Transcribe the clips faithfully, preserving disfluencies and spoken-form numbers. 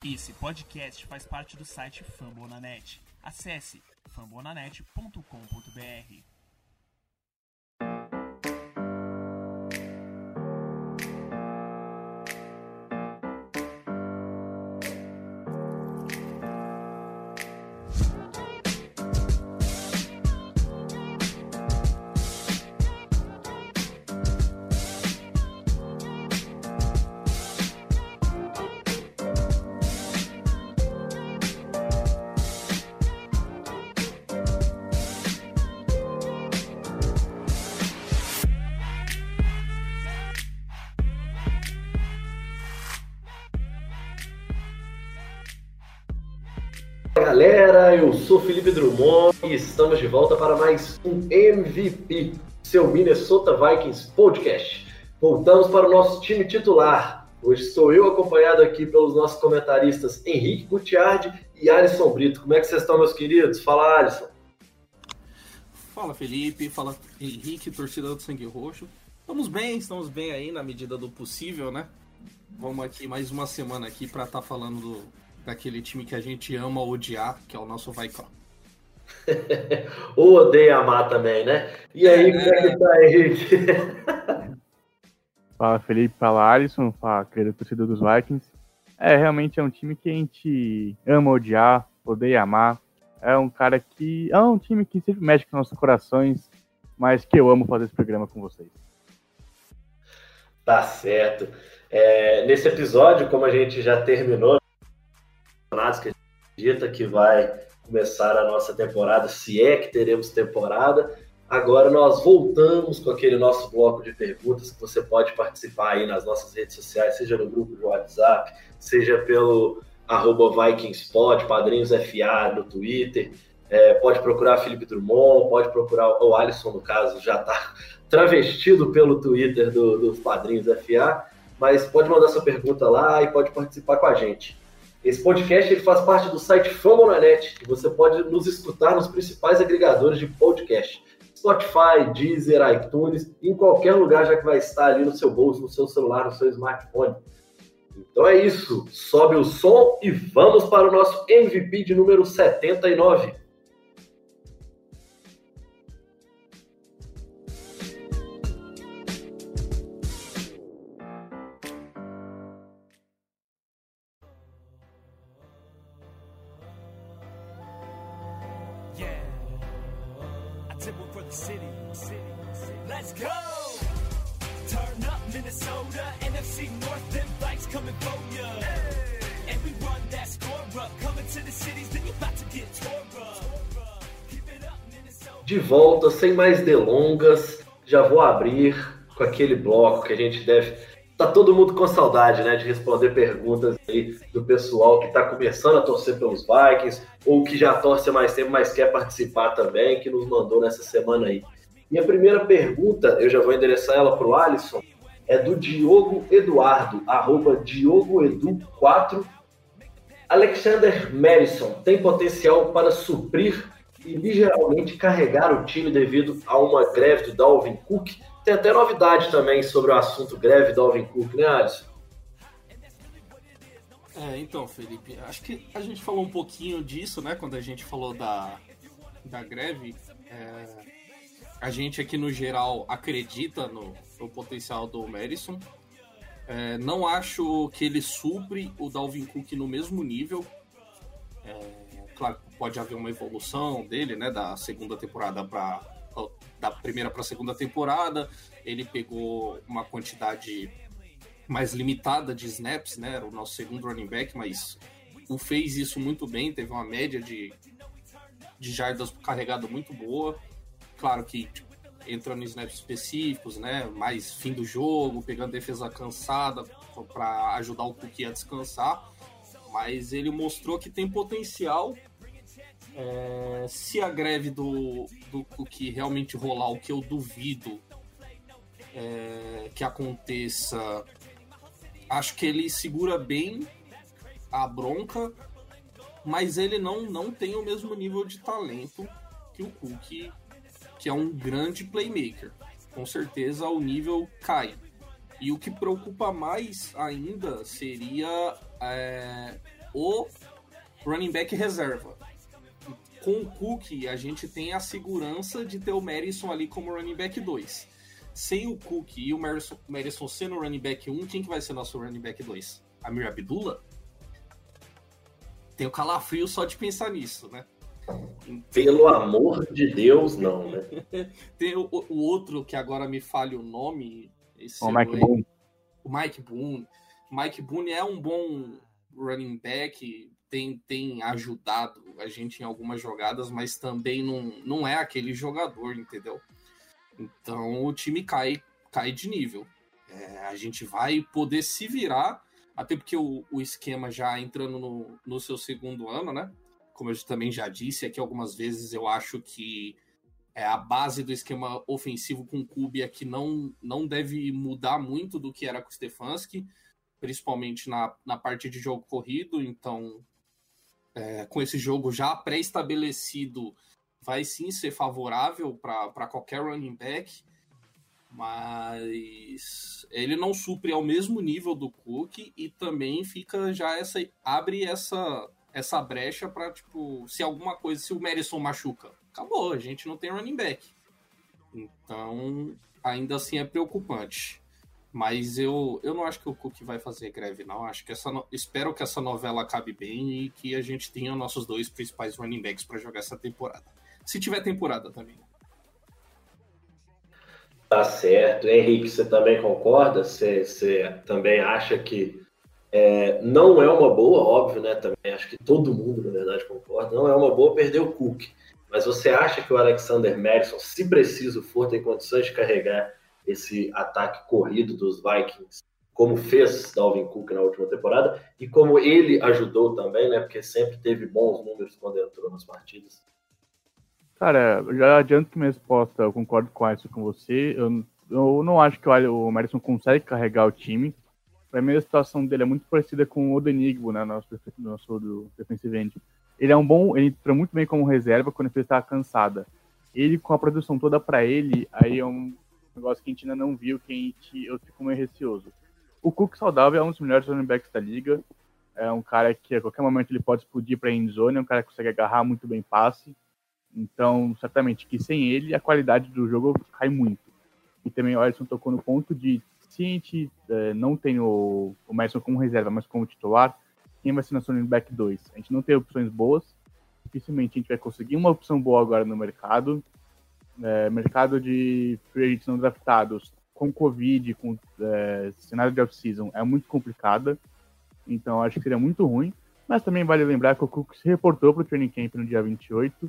Esse podcast faz parte do site Fambonanet. Acesse fambonanet ponto com ponto br. Galera, eu sou Felipe Drummond e estamos de volta para mais um M V P, seu Minnesota Vikings Podcast. Voltamos para o nosso time titular. Hoje sou eu acompanhado aqui pelos nossos comentaristas Henrique Gutiardi e Alisson Brito. Como é que vocês estão, meus queridos? Fala, Alisson. Fala, Felipe. Fala, Henrique, torcida do Sangue Roxo. Estamos bem, estamos bem aí na medida do possível, né? Vamos aqui mais uma semana aqui para estar tá falando do... daquele time que a gente ama odiar, que é o nosso Vaikão. Ou odeia amar também, né? E aí, é, como é que tá, Henrique? Fala, Felipe, fala, Alisson, fala, querido torcedor dos Vikings. É, realmente é um time que a gente ama odiar, odeia amar. É um cara que... É um time que sempre mexe com nossos corações, mas que eu amo fazer esse programa com vocês. Tá certo. É, nesse episódio, como a gente já terminou, que acredita que vai começar a nossa temporada, se é que teremos temporada. Agora nós voltamos com aquele nosso bloco de perguntas que você pode participar aí nas nossas redes sociais, seja no grupo de WhatsApp, seja pelo arroba VikingsPod, Padrinhos F A no Twitter. É, pode procurar Felipe Drummond, pode procurar o Alisson, no caso, já está travestido pelo Twitter do, dos Padrinhos F A, mas pode mandar sua pergunta lá e pode participar com a gente. Esse podcast ele faz parte do site Fambonanet e você pode nos escutar nos principais agregadores de podcast. Spotify, Deezer, iTunes, em qualquer lugar já que vai estar ali no seu bolso, no seu celular, no seu smartphone. Então é isso, sobe o som e vamos para o nosso M V P de número setenta e nove. City, city, city. Let's go! Turn up Minnesota, N F C North, them Vikes coming for ya. Hey. And we run that score up, coming to the cities, then you about to get tore up. Keep it up, Minnesota. De volta, sem mais delongas, já vou abrir com aquele bloco que a gente deve... Tá todo mundo com saudade, né, de responder perguntas aí do pessoal que tá começando a torcer pelos Vikings ou que já torce há mais tempo, mas quer participar também, que nos mandou nessa semana aí. E a primeira pergunta, eu já vou endereçar ela pro Alisson, é do Diogo Eduardo, arroba DiogoEdu quatro. Alexander Mattison tem potencial para suprir e ligeiramente carregar o time devido a uma greve do Dalvin Cook? Tem até novidade também sobre o assunto greve do Dalvin Cook, né, Alisson? É, então, Felipe, acho que a gente falou um pouquinho disso, né, quando a gente falou da, da greve. É, a gente aqui, no geral, acredita no, no potencial do Mattison. É, não acho que ele supre o Dalvin Cook no mesmo nível. É, claro, pode haver uma evolução dele, né, da segunda temporada para... da primeira para a segunda temporada, ele pegou uma quantidade mais limitada de snaps, né? Era o nosso segundo running back, mas o fez isso muito bem, teve uma média de, de jardas carregado muito boa. Claro que tipo, entrando em snaps específicos, né? Mais fim do jogo, pegando defesa cansada para ajudar o Cook a descansar, mas ele mostrou que tem potencial. É, se a greve do, do Cook realmente rolar, o que eu duvido é, que aconteça, acho que ele segura bem a bronca, mas ele não, não tem o mesmo nível de talento que o Cook, que é um grande playmaker. Com certeza o nível cai. E o que preocupa mais ainda seria é, o running back reserva. Com o Cook, a gente tem a segurança de ter o Madison ali como running back dois. Sem o Cook e o Madison, Madison sendo running back um, quem que vai ser nosso running back dois? Amir Abdullah? Tenho calafrio só de pensar nisso, né? Pelo amor de Deus, não, né? Tem o, o outro que agora me falha o nome. Esse O Mike Boone. O Mike Boone. Mike Boone é um bom running back, tem, tem ajudado a gente em algumas jogadas, mas também não, não é aquele jogador, entendeu? Então o time cai, cai de nível. É, a gente vai poder se virar, até porque o, o esquema já entrando no, no seu segundo ano, né? Como eu também já disse aqui algumas vezes, eu acho que é, a base do esquema ofensivo com o Kubiak aqui não, não deve mudar muito do que era com o Stefanski, principalmente na, na parte de jogo corrido. Então, é, com esse jogo já pré-estabelecido, vai sim ser favorável para qualquer running back, mas ele não supre ao mesmo nível do Cook e também fica já essa abre essa, essa brecha para, tipo, se alguma coisa, se o Madison machuca, acabou, a gente não tem running back. Então, ainda assim é preocupante. Mas eu, eu não acho que o Cook vai fazer greve, não. Acho que essa, espero que essa novela acabe bem e que a gente tenha nossos dois principais running backs para jogar essa temporada. Se tiver temporada também. Tá certo. Henrique, você também concorda? Você, você também acha que é, não é uma boa, óbvio, né? Também acho que todo mundo, na verdade, concorda. Não é uma boa perder o Cook. Mas você acha que o Alexander Mattison, se preciso for, tem condições de carregar esse ataque corrido dos Vikings, como fez Dalvin Cook na última temporada, e como ele ajudou também, né? Porque sempre teve bons números quando entrou nas partidas. Cara, eu já adianto que minha resposta, eu concordo com isso com você. Eu, eu não acho que o, o Madison consegue carregar o time. Pra mim, a situação dele é muito parecida com o Odenigbo, né? Nosso, nosso do defensive end. Ele é um bom, ele entra muito bem como reserva quando a defesa estava cansada. Ele, com a produção toda pra ele, aí é um negócio que a gente ainda não viu, que a gente, eu fico meio receoso. O Cook saudável é um dos melhores running backs da liga. É um cara que a qualquer momento ele pode explodir para endzone, é um cara que consegue agarrar muito bem passe. Então, certamente que sem ele, a qualidade do jogo cai muito. E também o Alisson tocou no ponto de, se a gente é, não tem o, o Madison como reserva, mas como titular, quem vai ser nosso running back dois? A gente não tem opções boas. Dificilmente a gente vai conseguir uma opção boa agora no mercado. É, mercado de free agents não draftados com Covid, com é, cenário de off-season, é muito complicada. Então acho que seria muito ruim. Mas também vale lembrar que o Cook se reportou para o training camp no dia vinte e oito.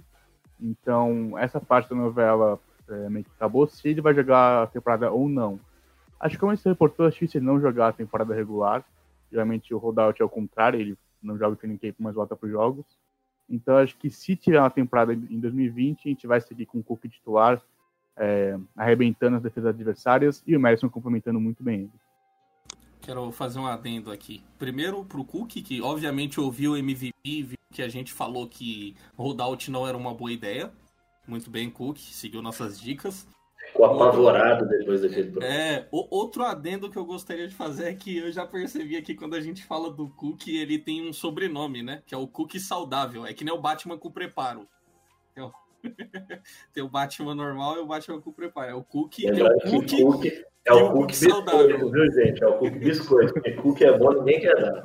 Então essa parte da novela é, meio que acabou, se ele vai jogar a temporada ou não. Acho que como ele se reportou, é difícil ele não jogar a temporada regular. Geralmente o holdout é o contrário, ele não joga o training camp, mas volta para os jogos. Então, acho que se tiver uma temporada em dois mil e vinte, a gente vai seguir com o Cook titular, é, arrebentando as defesas adversárias e o Madison complementando muito bem ele. Quero fazer um adendo aqui. Primeiro pro Cook, que obviamente ouviu o M V P, viu que a gente falou que holdout não era uma boa ideia. Muito bem, Cook, seguiu nossas dicas. Ficou apavorado depois daquele programa. É, o, outro adendo que eu gostaria de fazer é que eu já percebi aqui quando a gente fala do Cook, ele tem um sobrenome, né? Que é o Cook saudável. É que nem o Batman com preparo. Tem o, tem o Batman normal e o Batman com preparo. É o Cook, é o Cook, Cook é o Cook biscoito, viu, gente? É o Cook biscoito. Porque Cook é bom, ninguém quer dar.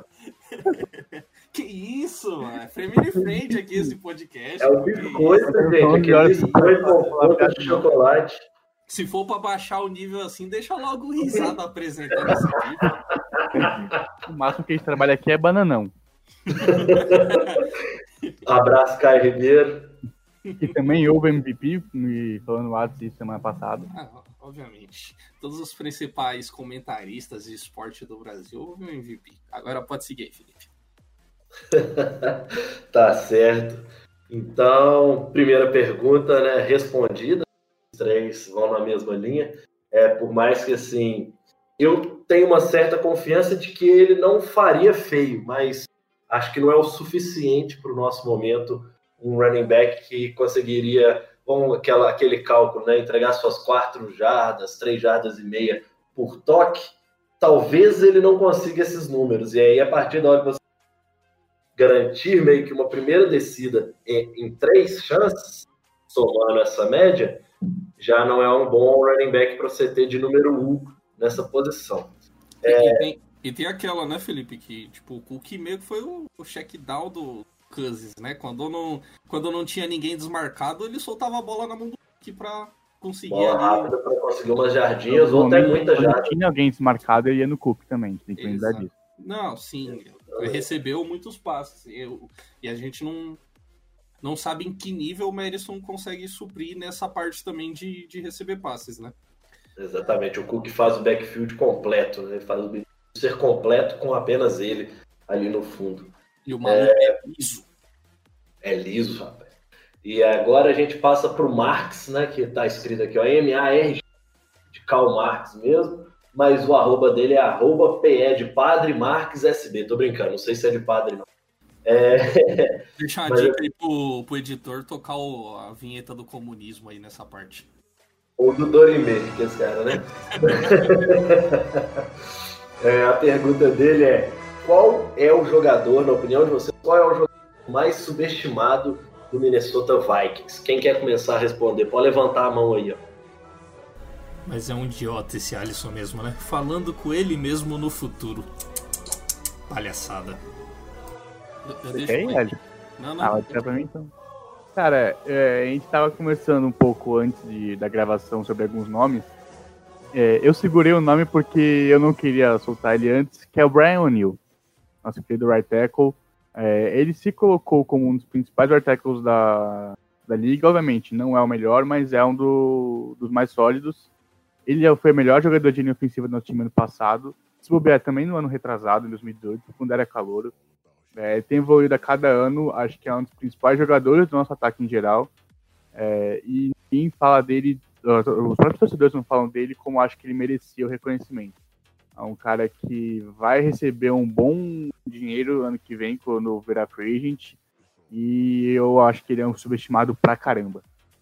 Que isso, mano? É family friend aqui esse podcast. É o biscoito, gente. Aquele biscoito com ponta de chocolate. Se for pra baixar o nível assim, deixa logo o risado apresentando esse vídeo. O máximo que a gente trabalha aqui é bananão. Abraço, Caio Ribeiro. Que também houve M V P, me falando lá de semana passada. Ah, obviamente. Todos os principais comentaristas de esporte do Brasil houve um M V P. Agora pode seguir aí, Felipe. Tá certo. Então, primeira pergunta, né, respondida. Os três vão na mesma linha. É, por mais que, assim, eu tenho uma certa confiança de que ele não faria feio, mas acho que não é o suficiente para o nosso momento um running back que conseguiria, com aquela, aquele cálculo, né, entregar suas quatro jardas, três jardas e meia por toque. Talvez ele não consiga esses números. E aí, a partir da hora que você garantir meio que uma primeira descida em, em três chances, somando essa média, já não é um bom running back para você ter de número um nessa posição. É... E, tem, e tem aquela, né, Felipe, que tipo, o Cook meio que foi o, o check down do Cousins, né? Quando não, quando não tinha ninguém desmarcado, ele soltava a bola na mão do Cook para conseguir bola ali... rápida para conseguir umas jardinhas ou até muita jarda. Quando tinha alguém desmarcado, ele ia no Cook também, tem que lembrar disso. Não, sim, ele recebeu muitos passes. Eu, e a gente não, não sabe em que nível o Madison consegue suprir nessa parte também de, de receber passes, né? Exatamente, o Cook faz o backfield completo, né? Ele faz o ser completo com apenas ele ali no fundo. E o maluco é, é liso. É liso, rapaz. E agora a gente passa para o Marx, né? Que tá escrito aqui, ó, M A R G, de Karl Marx mesmo. Mas o arroba dele é arroba P E de Padre Marques S B. Tô brincando, não sei se é de padre, não. É... Deixa uma dica aí pro, pro editor tocar o, a vinheta do comunismo aí nessa parte. Ou do Dorimê, que é esse cara, né? É, a pergunta dele é: qual é o jogador, na opinião de vocês, qual é o jogador mais subestimado do Minnesota Vikings? Quem quer começar a responder? Pode levantar a mão aí, ó. Mas é um idiota esse Alisson mesmo, né? Falando com ele mesmo no futuro. Palhaçada. Eu, eu Quem, deixo... Não, não. Ah, vai tirar pra mim então. Cara, é, a gente tava conversando um pouco antes de, da gravação sobre alguns nomes. É, eu segurei o nome porque eu não queria soltar ele antes, que é o Brian O'Neill, nosso querido right tackle. É, ele se colocou como um dos principais right tackles da, da liga. Obviamente, não é o melhor, mas é um do, dos mais sólidos. Ele foi o melhor jogador de linha ofensiva do nosso time ano passado. Se bobear também no ano retrasado, em dois mil e dezoito, quando era calouro. É, tem evoluído a cada ano, acho que é um dos principais jogadores do nosso ataque em geral. É, e ninguém fala dele, os próprios torcedores não falam dele como acho que ele merecia o reconhecimento. É um cara que vai receber um bom dinheiro ano que vem, quando virar free agent. E eu acho que ele é um subestimado pra caramba.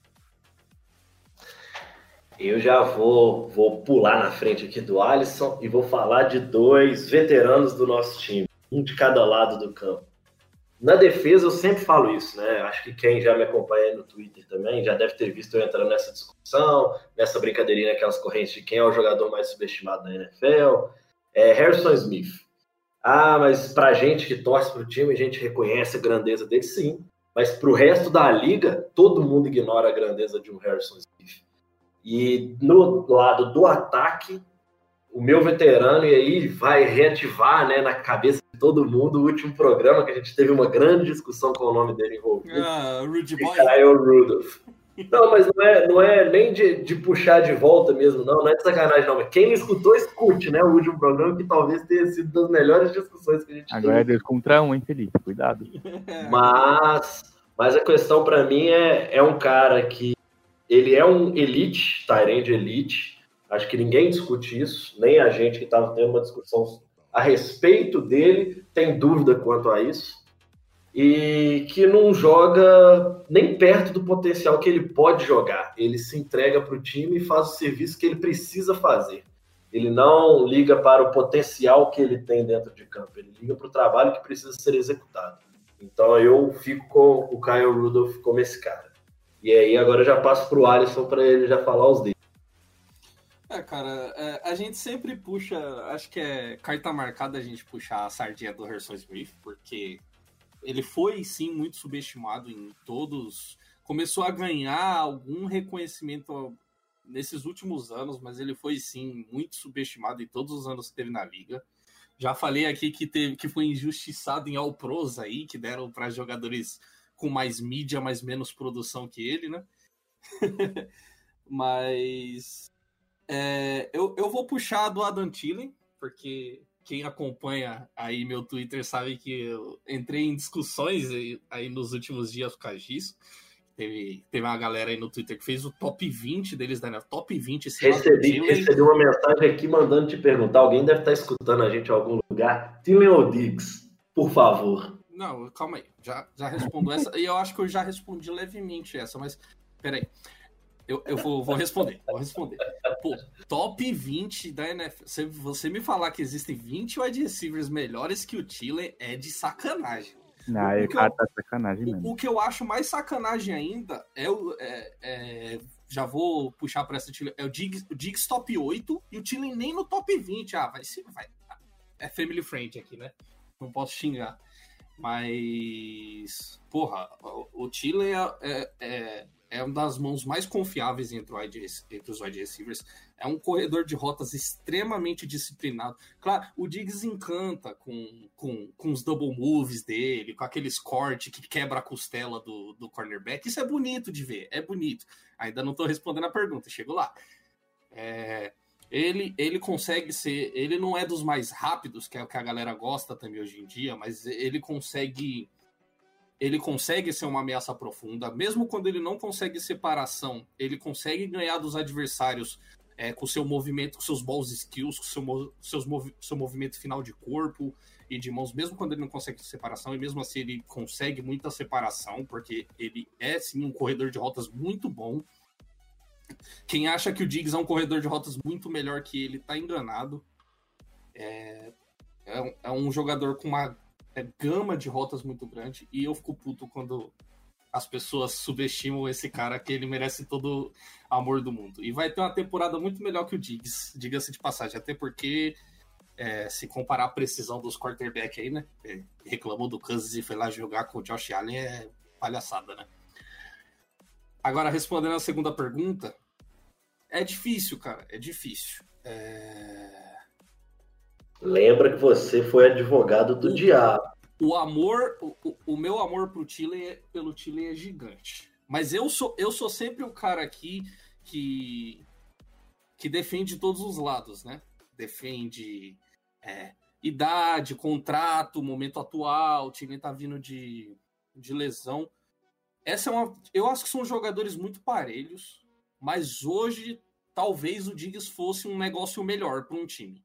Eu já vou, vou pular na frente aqui do Alisson e vou falar de dois veteranos do nosso time, um de cada lado do campo. Na defesa eu sempre falo isso, né? Acho que quem já me acompanha no Twitter também já deve ter visto eu entrando nessa discussão, nessa brincadeirinha, aquelas correntes de quem é o jogador mais subestimado da N F L. É Harrison Smith. Ah, mas pra gente que torce pro time, a gente reconhece a grandeza dele, sim. Mas pro resto da liga, todo mundo ignora a grandeza de um Harrison Smith. E no lado do ataque, o meu veterano, e aí vai reativar, né, na cabeça de todo mundo o último programa, que a gente teve uma grande discussão com o nome dele envolvido. Ah, Rudy Boy. Kyle Rudolph. Não, mas não é, não é nem de, de puxar de volta mesmo, não, não é de sacanagem, não. Mas quem escutou, escute, né, o último programa, que talvez tenha sido das melhores discussões que a gente Agora teve. É dois contra um, hein, Felipe? Cuidado. Mas, mas a questão para mim é, é um cara que ele é um elite, tight end elite. Acho que ninguém discute isso, nem a gente que estava tendo uma discussão a respeito dele tem dúvida quanto a isso. E que não joga nem perto do potencial que ele pode jogar. Ele se entrega para o time e faz o serviço que ele precisa fazer. Ele não liga para o potencial que ele tem dentro de campo. Ele liga para o trabalho que precisa ser executado. Então eu fico com o Kyle Rudolph como esse cara. E aí agora eu já passo pro Alisson para ele já falar os dele. É, cara, é, a gente sempre puxa, acho que é carta marcada a gente puxar a sardinha do Harrison Smith, porque ele foi sim muito subestimado em todos, começou a ganhar algum reconhecimento nesses últimos anos, mas ele foi sim muito subestimado em todos os anos que teve na liga. Já falei aqui que, teve, que foi injustiçado em All-Pros aí, que deram para jogadores com mais mídia, mas menos produção que ele, né? Mas é, eu, eu vou puxar do Adam Thielen, porque quem acompanha aí meu Twitter sabe que eu entrei em discussões aí, aí nos últimos dias por causa disso. Teve, teve uma galera aí no Twitter que fez o top vinte deles, da top vinte. Esse recebi, recebi uma mensagem aqui mandando te perguntar, alguém deve estar escutando a gente em algum lugar. Thielen ou Diggs, por favor. Não, calma aí, já, já respondo essa, e eu acho que eu já respondi levemente essa, mas peraí, eu, eu vou, vou responder, vou responder. Pô, top vinte da N F L, se você me falar que existem vinte wide receivers melhores que o Thielen, é de sacanagem. Não, O o que cara eu- tá de sacanagem O, mesmo. o que eu acho mais sacanagem ainda é o. é- é- já vou puxar pra essa Tillen. É o Diggs, o Diggs top oito e o Tillen nem no top vinte. Ah, vai se. Vai. É family friend aqui, né? Não posso xingar. Mas. Porra, o, o Tillen é, é, é, é uma das mãos mais confiáveis entre, o wide, entre os wide receivers. É um corredor de rotas extremamente disciplinado. Claro, o Diggs encanta com, com, com os double moves dele, com aqueles cortes que quebra a costela do, do cornerback. Isso é bonito de ver, é bonito. Ainda não estou respondendo a pergunta, chego lá. É, ele, ele consegue ser... Ele não é dos mais rápidos, que é o que a galera gosta também hoje em dia, mas ele consegue... Ele consegue ser uma ameaça profunda. Mesmo quando ele não consegue separação, ele consegue ganhar dos adversários é, com seu movimento, com seus balls skills, com seu, mo- seus movi- seu movimento final de corpo e de mãos, mesmo quando ele não consegue separação, e mesmo assim ele consegue muita separação, porque ele é, sim, um corredor de rotas muito bom. Quem acha que o Diggs é um corredor de rotas muito melhor que ele, tá enganado. É, é, um, é um jogador com uma é, gama de rotas muito grande, e eu fico puto quando as pessoas subestimam esse cara, que ele merece todo o amor do mundo. E vai ter uma temporada muito melhor que o Diggs, diga-se de passagem, até porque é, se comparar a precisão dos quarterback aí, né? É, reclamou do Kansas e foi lá jogar com o Josh Allen, é palhaçada, né? Agora, respondendo a segunda pergunta, é difícil, cara, é difícil. É... Lembra que você foi advogado do O- diabo. O amor, o, o- o meu amor pro Tillen é, pelo Tillen é gigante. Mas eu sou, eu sou sempre o cara aqui que, que defende todos os lados, né? Defende é, idade, contrato, momento atual, o Tillen tá vindo de, de lesão. Essa é uma. Eu acho que são jogadores muito parelhos, mas hoje talvez o Diggs fosse um negócio melhor para um time.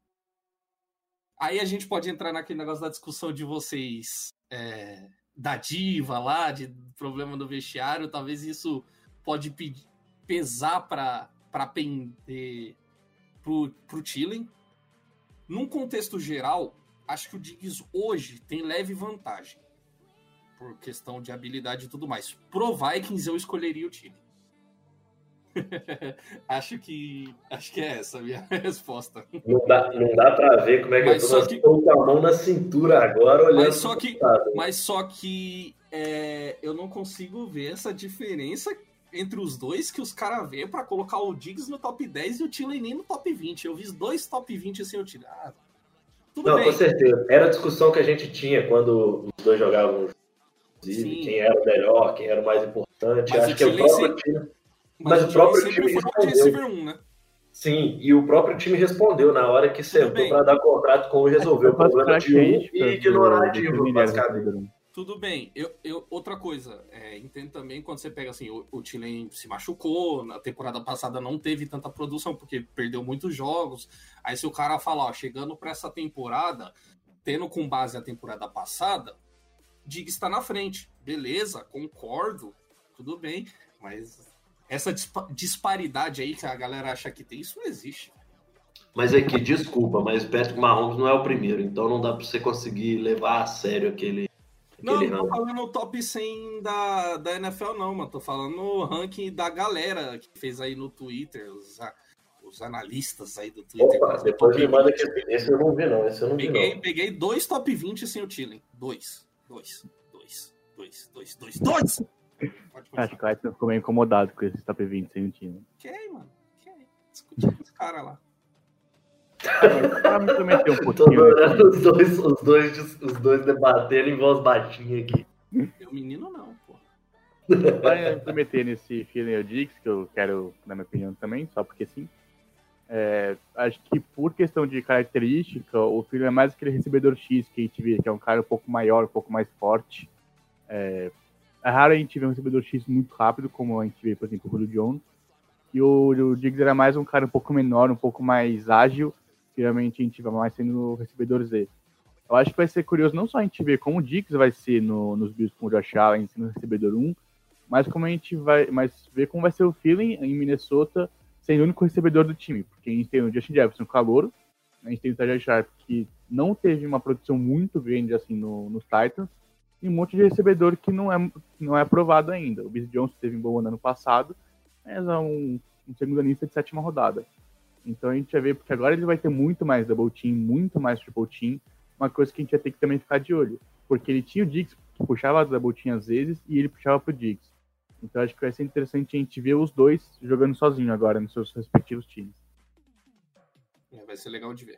Aí a gente pode entrar naquele negócio da discussão de vocês é, da diva lá, de problema no vestiário. Talvez isso pode pe- pesar para pender pro, pro Tillen. Num contexto geral, acho que o Diggs hoje tem leve vantagem, por questão de habilidade e tudo mais. Pro Vikings eu escolheria o Tillen. acho que acho que é essa a minha resposta. Não dá, não dá pra ver como é que Mas eu tô. só Nós que- estamos com a mão na cintura agora, olhando Mas só pro que, lado. mas só que é, eu não consigo ver essa diferença entre os dois que os caras vê pra colocar o Diggs no top dez e o Tillen nem no top vinte. Eu vi dois top vinte assim, eu tirei. Ah, tudo Não, bem. com certeza. Era a discussão que a gente tinha quando os dois jogavam, inclusive, Sim. quem era o melhor, quem era o mais importante. Mas Acho o que o Tillen próprio sempre- time. Mas, mas o o Tillen próprio sempre time foi o wide respondeu. receiver um, né? Sim, e o próprio time respondeu na hora que sentou bem. para dar contrato com um e resolver o problema de um e ignorar a do diva, time dele, basicamente. recebedor um. Tudo bem. Eu, eu, outra coisa, é, entendo também quando você pega assim, o, o Tillen se machucou, na temporada passada não teve tanta produção, porque perdeu muitos jogos. Aí se o cara falar, ó, chegando para essa temporada, tendo com base a temporada passada, Diggs está na frente. Beleza, concordo, tudo bem, mas essa dispa- disparidade aí que a galera acha que tem, isso não existe. Mas é que, desculpa, mas o Patrick Mahomes não é o primeiro, então não dá para você conseguir levar a sério aquele, Não, aquele não tô ranking. falando o top cem da, da N F L, não, mano. Tô falando o ranking da galera que fez aí no Twitter, os, a- os analistas aí do Twitter. Opa, do depois top me manda vinte. que esse eu não vi não, esse eu não vi Peguei, não. peguei dois top vinte sem o Tillen. Dois. Dois. Dois. Dois. Dois. Dois. Dois! Pode Acho que continuar. o Clayton ficou meio incomodado com esse top vinte sem o time. Ok, mano. Ok. Discutir com os caras lá. Pra me prometer um Tô pouquinho adorando aqui, os dois, os dois, os dois debatendo em voz baixinha aqui. Meu menino não, pô. para me prometer nesse Feeling of Diggs, que eu quero, na minha opinião também, só porque sim. É, acho que por questão de característica, o Feeling é mais aquele recebedor X que a gente vê, que é um cara um pouco maior, um pouco mais forte. É, é raro a gente ver um recebedor X muito rápido, como a gente vê, por exemplo, o Julio Jones. E o, o Diggs era mais um cara um pouco menor, um pouco mais ágil, que realmente a gente vai mais sendo o recebedor Z. Eu acho que vai ser curioso não só a gente ver como o Diggs vai ser no, nos Bills com o Josh Allen sendo recebedor um, mas como a gente vai mas ver como vai ser o feeling em Minnesota sendo o único recebedor do time, porque a gente tem o Justin Jefferson calouro, a gente tem o Tajae Sharp que não teve uma produção muito grande assim no, nos Titans, e um monte de recebedor que não é, não é aprovado ainda. O Biz Johnson teve um bom ano ano passado, mas é um, um segundo-anista de sétima rodada. Então a gente vai ver, porque agora ele vai ter muito mais double team, muito mais triple team, uma coisa que a gente vai ter que também ficar de olho. Porque ele tinha o Diggs que puxava a double team às vezes e ele puxava pro Diggs. Então acho que vai ser interessante a gente ver os dois jogando sozinho agora nos seus respectivos times. É, vai ser legal de ver.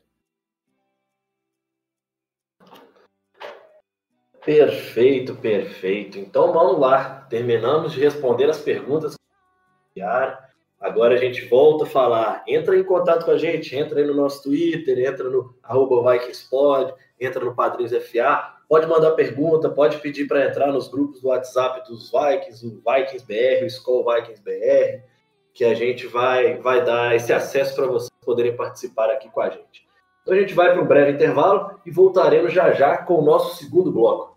Perfeito, perfeito. Então vamos lá. Terminamos de responder as perguntas que enviaram. Agora a gente volta a falar. Entra em contato com a gente, entra aí no nosso Twitter, entra no arroba VikingsPod, entra no Padrinhos F A. Pode mandar pergunta, pode pedir para entrar nos grupos do WhatsApp dos Vikings, o Vikings B R, o Skol Vikings B R, que a gente vai, vai dar esse acesso para vocês poderem participar aqui com a gente. Então a gente vai para um breve intervalo e voltaremos já já com o nosso segundo bloco.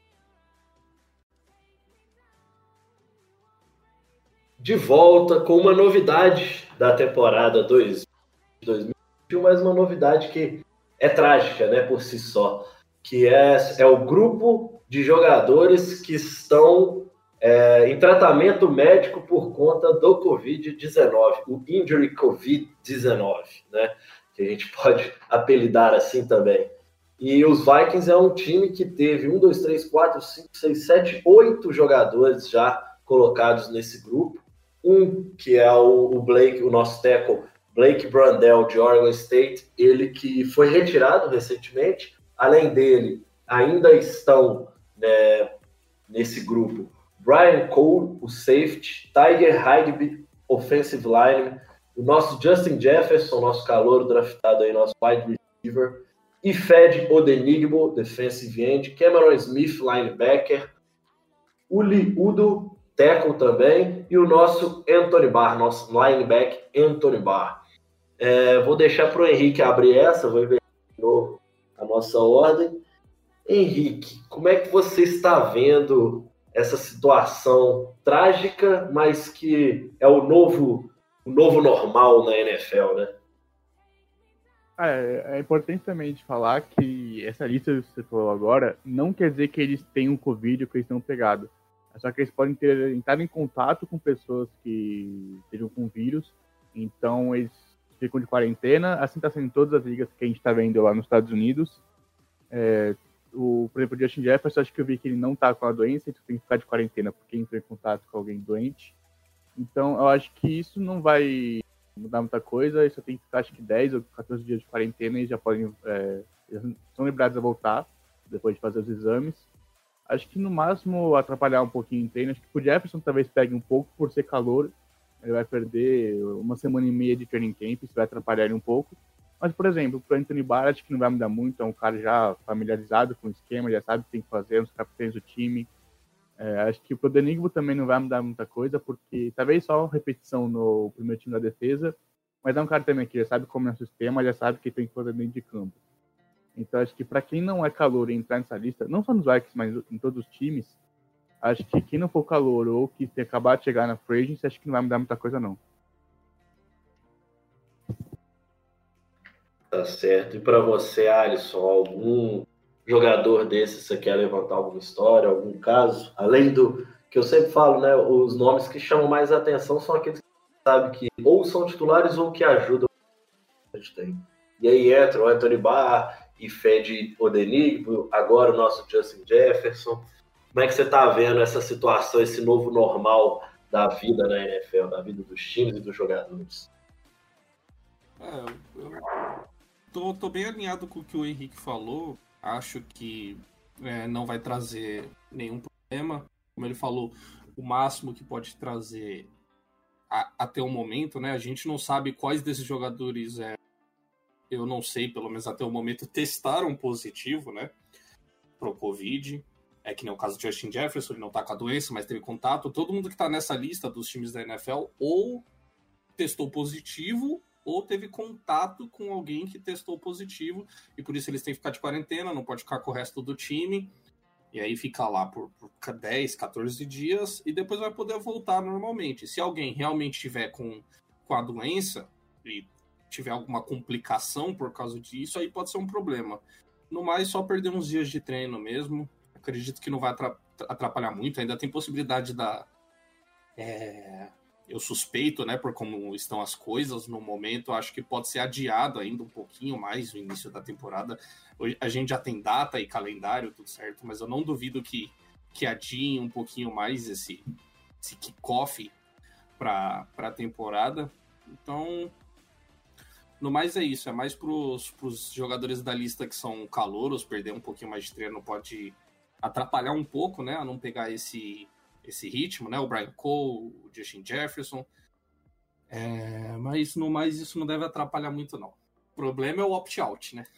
De volta com uma novidade da temporada dois mil e vinte e um, mas uma novidade que é trágica, né, por si só, que é, é o grupo de jogadores que estão é, em tratamento médico por conta do covid dezenove, o Injury covid dezenove, né, que a gente pode apelidar assim também. E os Vikings é um time que teve um, dois, três, quatro, cinco, seis, sete, oito jogadores já colocados nesse grupo. Um que é o, o Blake, o nosso tackle, Blake Brandel, de Oregon State, ele que foi retirado recentemente. Além dele, ainda estão, né, nesse grupo Brian Cole, o safety, Tiger Higbee, offensive lineman, o nosso Justin Jefferson, nosso calouro draftado aí, nosso wide receiver, Ifed Odenigbo, defensive end, Cameron Smith, linebacker, Uli Udo, tackle também, e o nosso Anthony Barr, nosso linebacker Anthony Barr. É, vou deixar para o Henrique abrir essa, vou ver de novo a nossa ordem. Henrique, como é que você está vendo essa situação trágica, mas que é o novo, o novo normal na N F L, né? É, é importante também de falar que essa lista que você falou agora não quer dizer que eles tenham Covid ou que eles tenham pegado. É só que eles podem ter, entrar em contato com pessoas que estejam com vírus, então eles ficam de quarentena. Assim está sendo em todas as ligas que a gente está vendo lá nos Estados Unidos. É, o, por exemplo, o Justin Jefferson, acho que eu vi que ele não está com a doença, então tem que ficar de quarentena porque entrou em contato com alguém doente. Então eu acho que isso não vai mudar muita coisa, eles só tem que ficar acho que dez ou quatorze dias de quarentena e já podem, é, são lembrados a voltar depois de fazer os exames. Acho que no máximo atrapalhar um pouquinho o treino. Acho que o Jefferson talvez pegue um pouco por ser calor. Ele vai perder uma semana e meia de training camp, isso vai atrapalhar ele um pouco. Mas, por exemplo, para o Anthony Barr, acho que não vai mudar muito. É um cara já familiarizado com o esquema, já sabe o que tem que fazer, uns capitães do time. É, acho que o Odenigbo também não vai mudar muita coisa, porque talvez só repetição no primeiro time da defesa, mas é um cara também que já sabe como é o sistema, já sabe o que tem que fazer dentro de campo. Então, acho que para quem não é calor e entrar nessa lista, não só nos Vikings, mas em todos os times, acho que quem não for calor ou que tem acabado de chegar na free agency, acho que não vai mudar muita coisa, não. Tá certo. E para você, Alisson, algum jogador desse você quer levantar alguma história, algum caso? Além do que eu sempre falo, né? Os nomes que chamam mais atenção são aqueles que sabe que ou são titulares ou que ajudam a gente tem. E aí entra o Anthony Barr, e Fed Odenigbo, agora o nosso Justin Jefferson. Como é que você está vendo essa situação, esse novo normal da vida na N F L, da vida dos times e dos jogadores? É, eu tô, tô bem alinhado com o que o Henrique falou. Acho que é, não vai trazer nenhum problema. Como ele falou, o máximo que pode trazer a, até o momento, né? A gente não sabe quais desses jogadores é, eu não sei, pelo menos até o momento, testaram positivo, né, pro Covid. É que nem o caso de Justin Jefferson, ele não tá com a doença, mas teve contato. Todo mundo que tá nessa lista dos times da N F L ou testou positivo ou teve contato com alguém que testou positivo, e por isso eles têm que ficar de quarentena, não pode ficar com o resto do time, e aí fica lá por, por dez, quatorze dias, e depois vai poder voltar normalmente. Se alguém realmente tiver com, com a doença e tiver alguma complicação por causa disso, aí pode ser um problema. No mais, só perder uns dias de treino mesmo. acredito que não vai atrapalhar muito. Ainda tem possibilidade da... É, eu suspeito, né, por como estão as coisas no momento, acho que pode ser adiado ainda um pouquinho mais o início da temporada. A gente já tem data e calendário, tudo certo, mas eu não duvido que, que adiem um pouquinho mais esse, esse kickoff para a temporada. Então, no mais é isso, é mais para os jogadores da lista que são calouros, perder um pouquinho mais de treino pode atrapalhar um pouco, né, a não pegar esse, esse ritmo, né, o Brian Cole, o Justin Jefferson, é, mas no mais isso não deve atrapalhar muito não. O problema é o opt-out, né?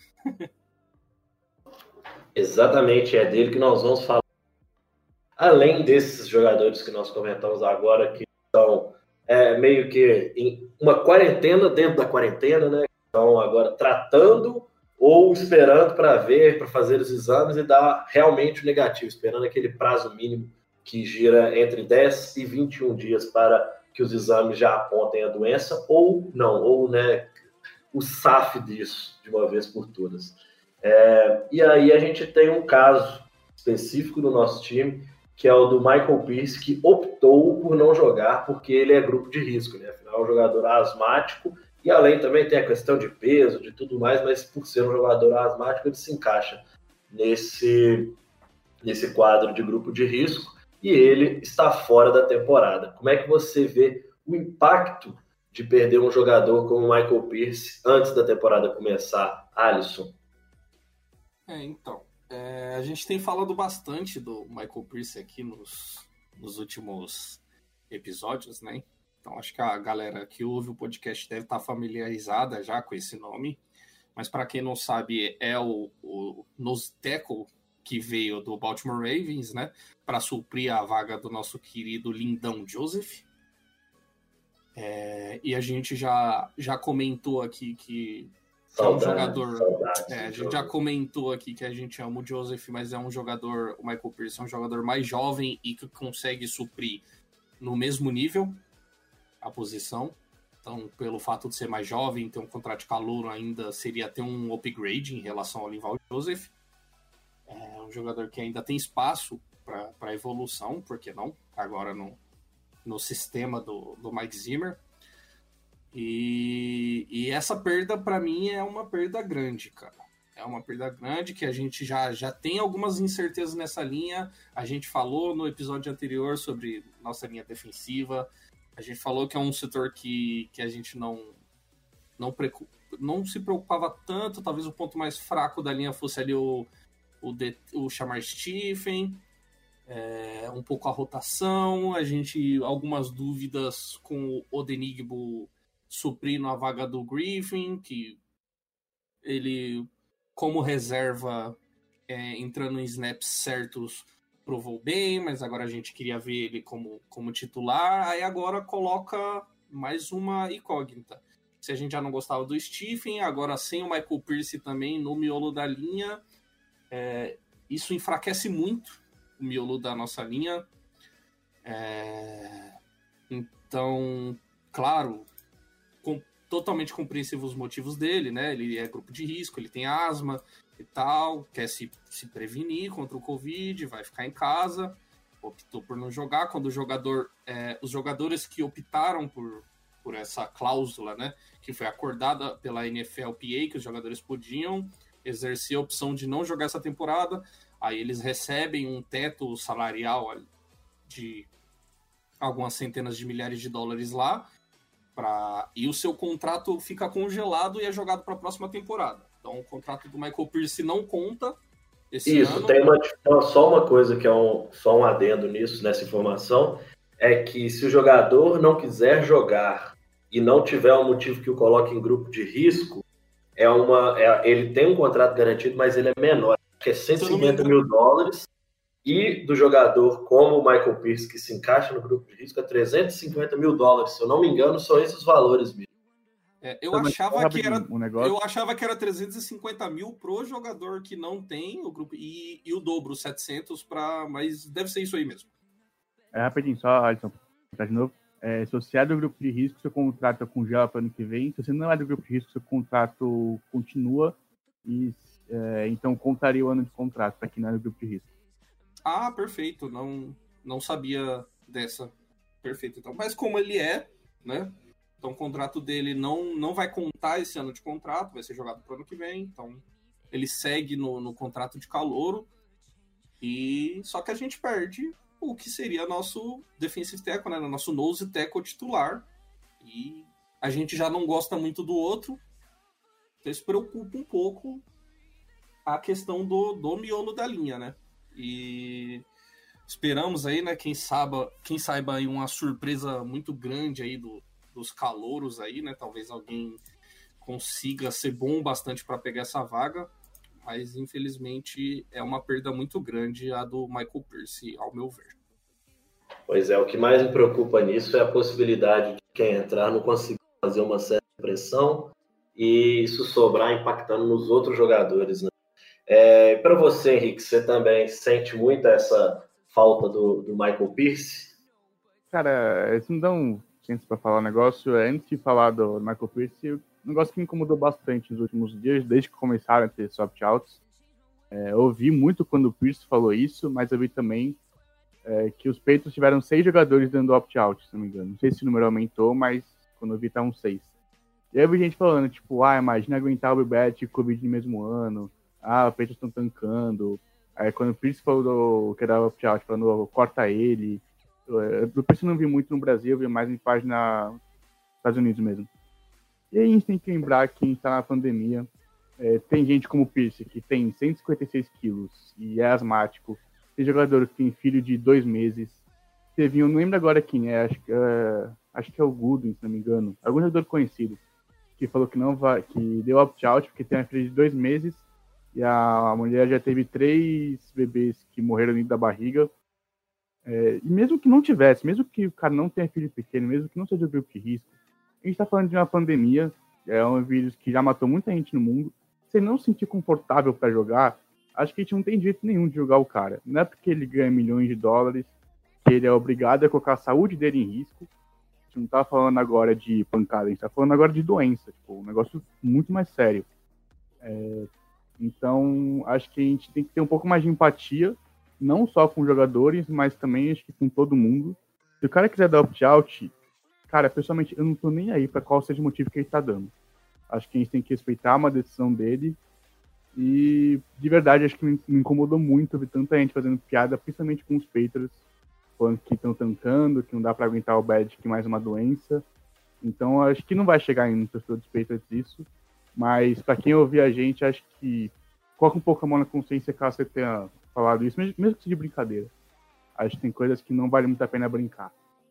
Exatamente, é dele que nós vamos falar. Além desses jogadores que nós comentamos agora, que estão é, meio que em uma quarentena dentro da quarentena, né? Estão agora tratando ou esperando para ver, para fazer os exames e dar realmente o negativo, esperando aquele prazo mínimo que gira entre dez e vinte e um dias para que os exames já apontem a doença, ou não, ou né, o S A F disso, de uma vez por todas. É, e aí a gente tem um caso específico do nosso time, que é o do Michael Pierce, que optou por não jogar porque ele é grupo de risco, né? Afinal, é um jogador asmático, e além também tem a questão de peso, de tudo mais, mas por ser um jogador asmático, ele se encaixa nesse, nesse quadro de grupo de risco, e ele está fora da temporada. Como é que você vê o impacto de perder um jogador como o Michael Pierce antes da temporada começar, Alisson? É, então, é, a gente tem falado bastante do Michael Pierce aqui nos, nos últimos episódios, né? Então acho que a galera que ouve o podcast deve estar familiarizada já com esse nome, mas para quem não sabe, é o, o nose tackle que veio do Baltimore Ravens, né? Para suprir a vaga do nosso querido Lindão Joseph. É, e a gente já, já comentou aqui que é um jogador. Saudade, é, a gente já comentou aqui que a gente ama o Joseph, mas é um jogador. O Michael Pierce é um jogador mais jovem e que consegue suprir no mesmo nível a posição. Então, pelo fato de ser mais jovem, ter um contrato de calouro ainda seria ter um upgrade em relação ao Linval Joseph. É um jogador que ainda tem espaço para evolução, por que não? Agora no, no sistema do, do Mike Zimmer. E, e essa perda, para mim, é uma perda grande, cara. É uma perda grande que a gente já, já tem algumas incertezas nessa linha. A gente falou no episódio anterior sobre nossa linha defensiva. A gente falou que é um setor que, que a gente não, não, precu- não se preocupava tanto. Talvez o ponto mais fraco da linha fosse ali o, o, de, o Shamar Stephen. É, um pouco a rotação. A gente, algumas dúvidas com o Odenigbo suprindo a vaga do Griffin, que ele, como reserva, é, entrando em snaps certos, provou bem, mas agora a gente queria ver ele como, como titular, aí agora coloca mais uma incógnita. Se a gente já não gostava do Stephen, agora sem o Michael Pierce também no miolo da linha, é, isso enfraquece muito o miolo da nossa linha. É, então, claro, com, totalmente compreensível os motivos dele, né? Ele é grupo de risco, ele tem asma e tal, quer se, se prevenir contra o Covid, vai ficar em casa, optou por não jogar. Quando o jogador, é, os jogadores que optaram por, por essa cláusula, né, que foi acordada pela N F L P A, que os jogadores podiam exercer a opção de não jogar essa temporada, aí eles recebem um teto salarial de algumas centenas de milhares de dólares lá, pra... e o seu contrato fica congelado e é jogado para a próxima temporada. Então o contrato do Michael Pierce não conta esse Isso, ano. tem uma, só uma coisa que é um, só um adendo nisso, nessa informação, é que se o jogador não quiser jogar e não tiver um motivo que o coloque em grupo de risco, é uma, é, ele tem um contrato garantido, mas ele é menor, que é cento e cinquenta mil dólares, e do jogador como o Michael Pierce, que se encaixa no grupo de risco, é trezentos e cinquenta mil dólares. Se eu não me engano, são esses os valores mesmo. É, eu, Mas, achava que era, um negócio... eu achava que era trezentos e cinquenta mil pro jogador que não tem o grupo, e, e o dobro, setecentos, pra, mas deve ser isso aí mesmo. É, rapidinho, só, Alisson, tá de novo. É, se você é do grupo de risco, seu contrato congela para o ano que vem. Se você não é do grupo de risco, seu contrato continua. E é, então contaria o ano de contrato para quem não é do grupo de risco. Ah, perfeito, não, não sabia dessa. Perfeito, então. Mas como ele é, né? Então o contrato dele não, não vai contar esse ano de contrato, vai ser jogado pro ano que vem. Então ele segue no, no contrato de calouro. E só que a gente perde o que seria nosso defensive tackle, né? Nosso nose tackle titular. E a gente já não gosta muito do outro. Então isso preocupa um pouco a questão do, do miolo da linha, né? E esperamos aí, né, quem saiba, quem saiba aí uma surpresa muito grande aí do, dos calouros aí, né? Talvez alguém consiga ser bom bastante para pegar essa vaga, mas infelizmente é uma perda muito grande a do Michael Pierce, ao meu ver. Pois é, o que mais me preocupa nisso é a possibilidade de quem entrar não conseguir fazer uma certa pressão e isso sobrar impactando nos outros jogadores, né? É, para você, Henrique, você também sente muito essa falta do, do Michael Pierce? Cara, isso me dá um tempo para falar um negócio. Antes de falar do Michael Pierce, um negócio que me incomodou bastante nos últimos dias, desde que começaram a ter soft-outs. É, eu ouvi muito quando o Pierce falou isso, mas eu vi também é, que os Patriots tiveram seis jogadores dando opt-out, se não me engano. Não sei se o número aumentou, mas quando eu vi estavam seis. E aí eu vi gente falando, tipo, ah, imagina aguentar o Bibet e Covid no mesmo ano. Ah, os Patriots estão tancando. Aí quando o Pierce falou que era opt-out, falando, corta ele. Eu Pierce não vi muito no Brasil, eu vi mais em página nos Estados Unidos mesmo. E aí a gente tem que lembrar que a gente tá na pandemia. É, tem gente como o Pierce, que tem cento e cinquenta e seis quilos e é asmático. Tem jogador que tem filho de dois meses. Teve um, não lembro agora quem é, acho, é, acho que é o Goodwin, se não me engano. Algum jogador conhecido, que falou que não vai, que deu opt-out porque tem uma filha de dois meses e a mulher já teve três bebês que morreram dentro da barriga. É, e mesmo que não tivesse, mesmo que o cara não tenha filho pequeno, mesmo que não seja grupo de risco, a gente está falando de uma pandemia, é um vírus que já matou muita gente no mundo. Se ele não se sentir confortável para jogar, acho que a gente não tem direito nenhum de jogar o cara. Não é porque ele ganha milhões de dólares que ele é obrigado a colocar a saúde dele em risco. A gente não tá falando agora de pancada, a gente tá falando agora de doença, tipo, um negócio muito mais sério. É, então, acho que a gente tem que ter um pouco mais de empatia, não só com os jogadores, mas também acho que com todo mundo. Se o cara quiser dar opt-out, cara, pessoalmente, eu não tô nem aí pra qual seja o motivo que ele tá dando. Acho que a gente tem que respeitar uma decisão dele. E, de verdade, acho que me incomodou muito ver tanta gente fazendo piada, principalmente com os Patriots, falando que estão tancando, que não dá pra aguentar o bad, que mais uma doença. Então, acho que não vai chegar em torcedor dos Patriots isso. Mas, pra quem ouvir a gente, acho que coloca um pouco a mão na consciência caso você tenha falado isso, mesmo que seja de brincadeira. Acho que tem coisas que não vale muito a pena brincar.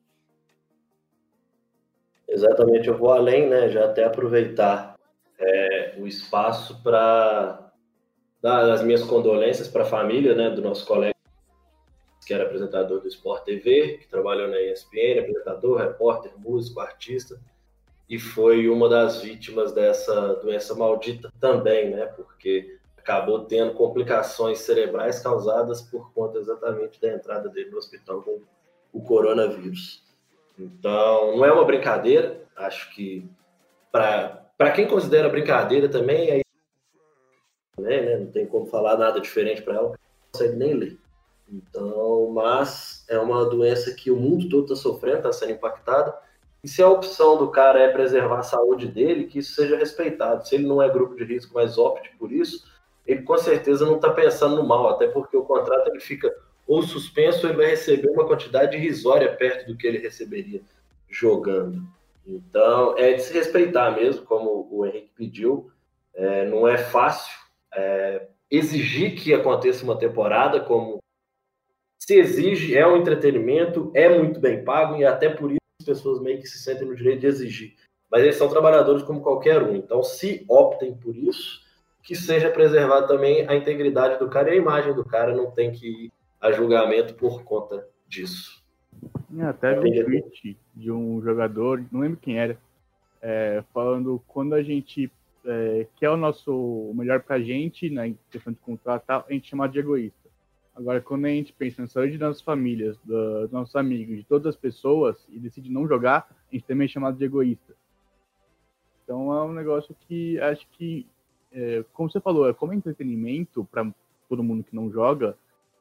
Exatamente, eu vou além, né? Já até aproveitar é, o espaço para dar as minhas condolências para a família, né, do nosso colega que era apresentador do Sport T V, que trabalhou na E S P N, apresentador, repórter, músico, artista, e foi uma das vítimas dessa doença maldita também, né? Porque acabou tendo complicações cerebrais causadas por conta exatamente da entrada dele no hospital com o coronavírus. Então, não é uma brincadeira, acho que para quem considera brincadeira também, aí, né, não tem como falar nada diferente para ela, não consegue nem ler. Então, mas é uma doença que o mundo todo está sofrendo, está sendo impactado, e se a opção do cara é preservar a saúde dele, que isso seja respeitado. Se ele não é grupo de risco, mas opte por isso, ele com certeza não está pensando no mal, até porque o contrato ele fica ou suspenso, ou ele vai receber uma quantidade irrisória perto do que ele receberia jogando. Então, é de se respeitar mesmo, como o Henrique pediu. É, não é fácil é, exigir que aconteça uma temporada, como se exige, é um entretenimento, é muito bem pago, e até por isso as pessoas meio que se sentem no direito de exigir. Mas eles são trabalhadores como qualquer um. Então, se optem por isso, que seja preservada também a integridade do cara e a imagem do cara, não tem que ir a julgamento por conta disso. Até vi um tweet de um jogador, não lembro quem era, é, falando quando a gente é, quer o nosso o melhor pra gente, na questão de contrato, a gente chama de egoísta. Agora, quando a gente pensa na saúde das nossas famílias, dos nossos amigos, de todas as pessoas, e decide não jogar, a gente também é chamado de egoísta. Então é um negócio que acho que, é, como você falou, é como entretenimento para todo mundo que não joga,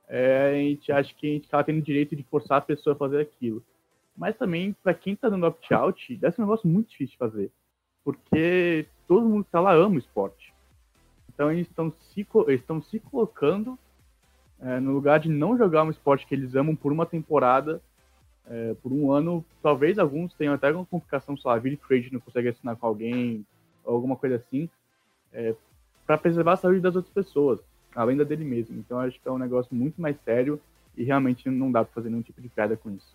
é, a gente acha que a gente acaba tendo direito de forçar a pessoa a fazer aquilo. Mas também, para quem tá dando opt-out, deve ser um negócio muito difícil de fazer. Porque todo mundo que tá lá ama o esporte. Então eles estão se, eles estão se colocando é, no lugar de não jogar um esporte que eles amam por uma temporada, é, por um ano. Talvez alguns tenham até alguma complicação, sei lá, a vida de trade não consegue assinar com alguém, ou alguma coisa assim, é, para preservar a saúde das outras pessoas, além da dele mesmo. Então acho que é um negócio muito mais sério e realmente não dá para fazer nenhum tipo de piada com isso.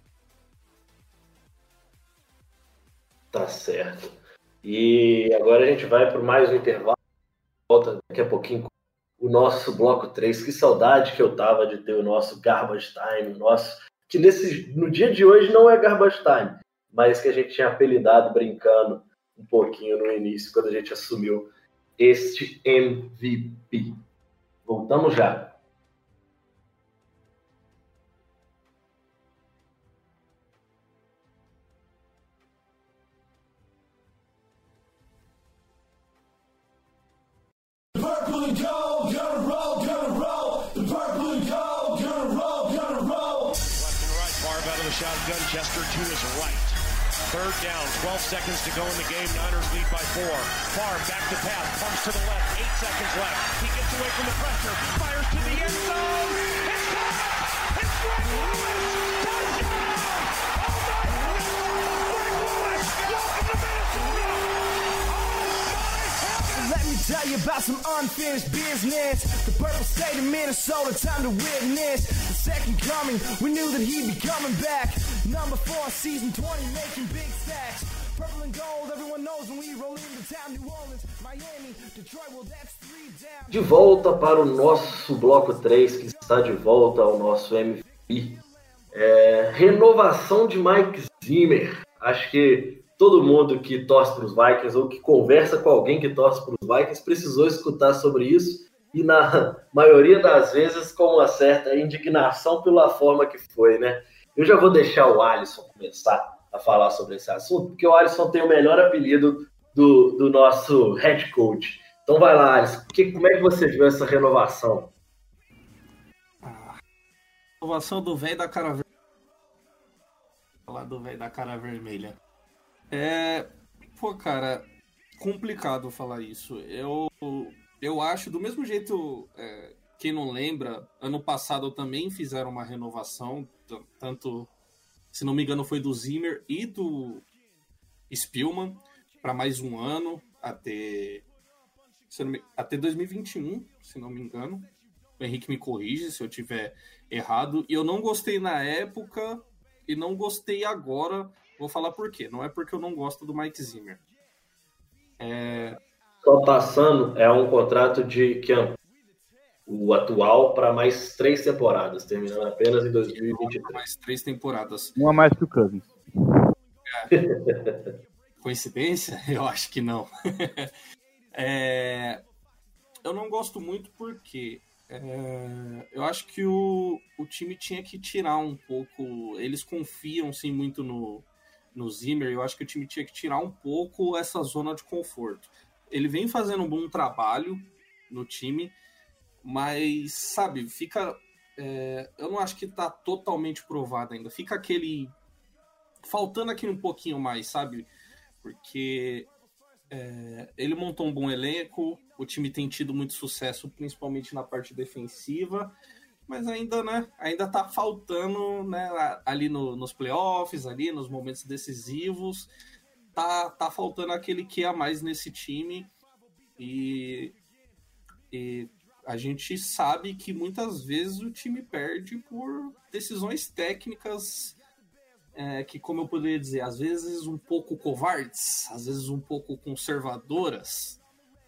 Tá certo. E agora a gente vai para mais um intervalo. Volta daqui a pouquinho com o nosso bloco três. Que saudade que eu tava de ter o nosso Garbage Time, o nosso, que nesse, no dia de hoje não é Garbage Time, mas que a gente tinha apelidado brincando um pouquinho no início, quando a gente assumiu este M V P. Voltamos já. Purple and gold, gonna roll, gonna roll. The purple and gold, gonna roll, gonna roll. Left and right, Favre out of the shotgun. Chester to his right. Third down, twelve seconds to go in the game. Niners lead by four. Favre back to pass, pumps to the left. Eight seconds left. He gets away from the pressure, fires to the end zone. It's caught! It's Greg Lewis! Touchdown! Oh my God! Greg Lewis! Welcome to Minnesota! Let me tell you about some unfinished business. The purple state of Minnesota, time to witness the second coming. We knew that he'd be coming back. Number four, season twenty, making big stacks. Purple and gold, everyone knows when we roll into town. New Orleans, Miami, Detroit, well that's three down. De volta para o nosso bloco três, que está de volta ao nosso M V P. É, renovação de Mike Zimmer. Acho que todo mundo que torce para os Vikings ou que conversa com alguém que torce para os Vikings precisou escutar sobre isso e, na maioria das vezes, com uma certa indignação pela forma que foi, né? Eu já vou deixar o Alisson começar a falar sobre esse assunto, porque o Alisson tem o melhor apelido do, do nosso head coach. Então vai lá, Alisson. Que, como é que você viu essa renovação? Ah, renovação do velho da cara vermelha. Falar do velho da cara vermelha. É, pô, cara, complicado falar isso. Eu, eu acho, do mesmo jeito, é, quem não lembra, ano passado também fizeram uma renovação, t- tanto, se não me engano, foi do Zimmer e do Spielman, para mais um ano, até, se não me, até dois mil e vinte e um, se não me engano. O Henrique me corrige se eu tiver errado. E eu não gostei na época e não gostei agora. Vou falar por quê. Não é porque eu não gosto do Mike Zimmer. É... Só passando, é um contrato de que o atual para mais três temporadas, terminando apenas em dois mil e vinte e três. Mais três temporadas. Um a mais que o Cousins. É... Coincidência? Eu acho que não. é... Eu não gosto muito porque é... eu acho que o... o time tinha que tirar um pouco. Eles confiam sim muito no no Zimmer. Eu acho que o time tinha que tirar um pouco essa zona de conforto. Ele vem fazendo um bom trabalho no time, mas, sabe, fica... É, eu não acho que tá totalmente provado ainda. Fica aquele... faltando aqui um pouquinho mais, sabe? Porque é, ele montou um bom elenco, o time tem tido muito sucesso, principalmente na parte defensiva, mas ainda, né, ainda tá faltando, né, ali no, nos playoffs, ali nos momentos decisivos, tá, tá faltando aquele que a mais nesse time, e, e a gente sabe que muitas vezes o time perde por decisões técnicas é, que, como eu poderia dizer, às vezes um pouco covardes, às vezes um pouco conservadoras.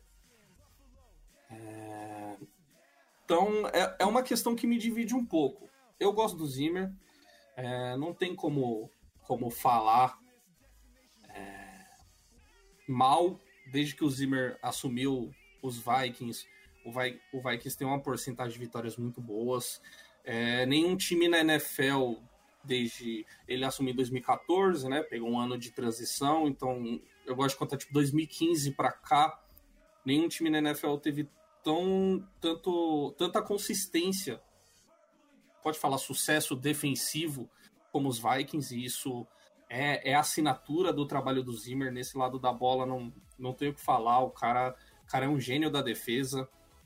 É... Então, é, é uma questão que me divide um pouco. Eu gosto do Zimmer, é, não tem como, como falar é, mal, desde que o Zimmer assumiu os Vikings. O, Vi, o Vikings tem uma porcentagem de vitórias muito boas. É, nenhum time na N F L, desde ele assumiu em dois mil e catorze, né, pegou um ano de transição, então eu gosto de contar tipo dois mil e quinze para cá, nenhum time na N F L teve tão, tanto, tanta consistência pode falar sucesso defensivo como os Vikings, e isso é, é a assinatura do trabalho do Zimmer nesse lado da bola, não, não tenho o que falar, o cara, o cara é um gênio da defesa.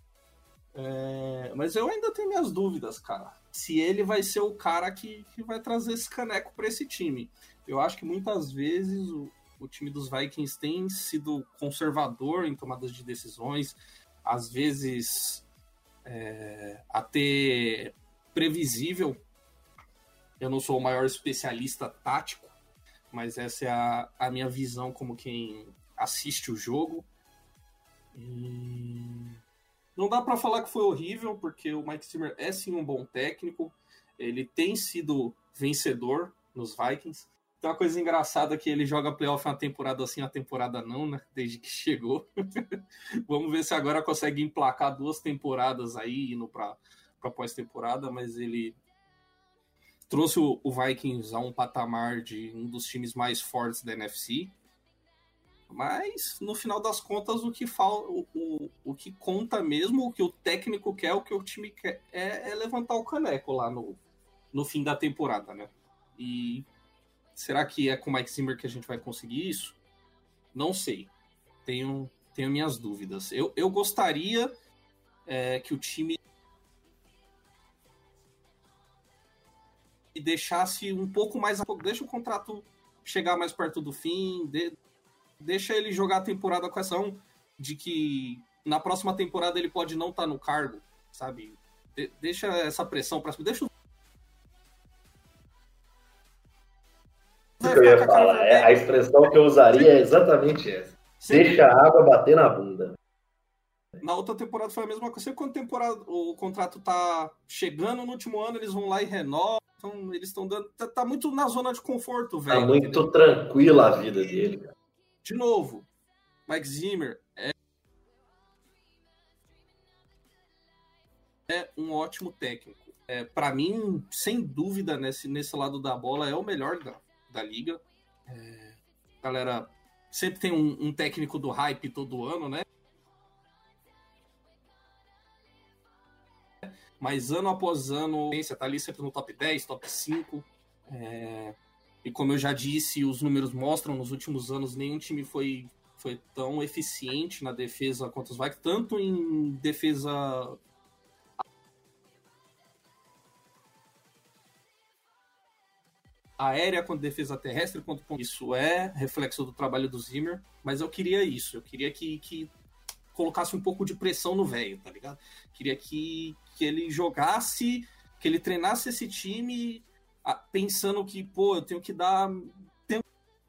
É, mas eu ainda tenho minhas dúvidas, cara, se ele vai ser o cara que, que vai trazer esse caneco para esse time. Eu acho que muitas vezes o, o time dos Vikings tem sido conservador em tomadas de decisões, às vezes é, até previsível. Eu não sou o maior especialista tático, mas essa é a, a minha visão como quem assiste o jogo. E... não dá para falar que foi horrível, porque o Mike Zimmer é sim um bom técnico, ele tem sido vencedor nos Vikings. Tem uma coisa engraçada que ele joga playoff uma temporada assim, uma temporada não, né? Desde que chegou. Vamos ver se agora consegue emplacar duas temporadas aí, indo para pós-temporada, mas ele trouxe o, o Vikings a um patamar de um dos times mais fortes da N F C. Mas, no final das contas, o que, fal... o, o, o que conta mesmo, o que o técnico quer, o que o time quer, é, é levantar o caneco lá no, no fim da temporada, né? E será que é com o Mike Zimmer que a gente vai conseguir isso? Não sei. Tenho, tenho minhas dúvidas. Eu, eu gostaria é, que o time deixasse um pouco mais... Deixa o contrato chegar mais perto do fim... De... Deixa ele jogar a temporada com essa um de que na próxima temporada ele pode não estar no cargo, sabe? De- deixa essa pressão pra cima. Deixa o... Isso que eu ia falar. É, a expressão que eu usaria é exatamente essa. Sempre. Deixa a água bater na bunda. Na outra temporada foi a mesma coisa. Sempre quando a temporada, o contrato tá chegando no último ano, eles vão lá e renovam. Então, eles estão dando... Tá, tá muito na zona de conforto, velho. Tá muito entendeu? tranquila a vida dele, cara. De novo, Mike Zimmer é, é um ótimo técnico. É, para mim, sem dúvida, nesse, nesse lado da bola, é o melhor da, da liga. É, galera, sempre tem um, um técnico do hype todo ano, né? Mas ano após ano, você tá ali sempre no top dez, top cinco. É... E como eu já disse, os números mostram, nos últimos anos, nenhum time foi, foi tão eficiente na defesa quanto os Vikings, tanto em defesa aérea, quanto defesa terrestre, quanto... Isso é reflexo do trabalho do Zimmer, mas eu queria isso, eu queria que, que colocasse um pouco de pressão no velho, tá ligado? Queria que, que ele jogasse, que ele treinasse esse time... pensando que, pô, eu tenho que dar... Tenho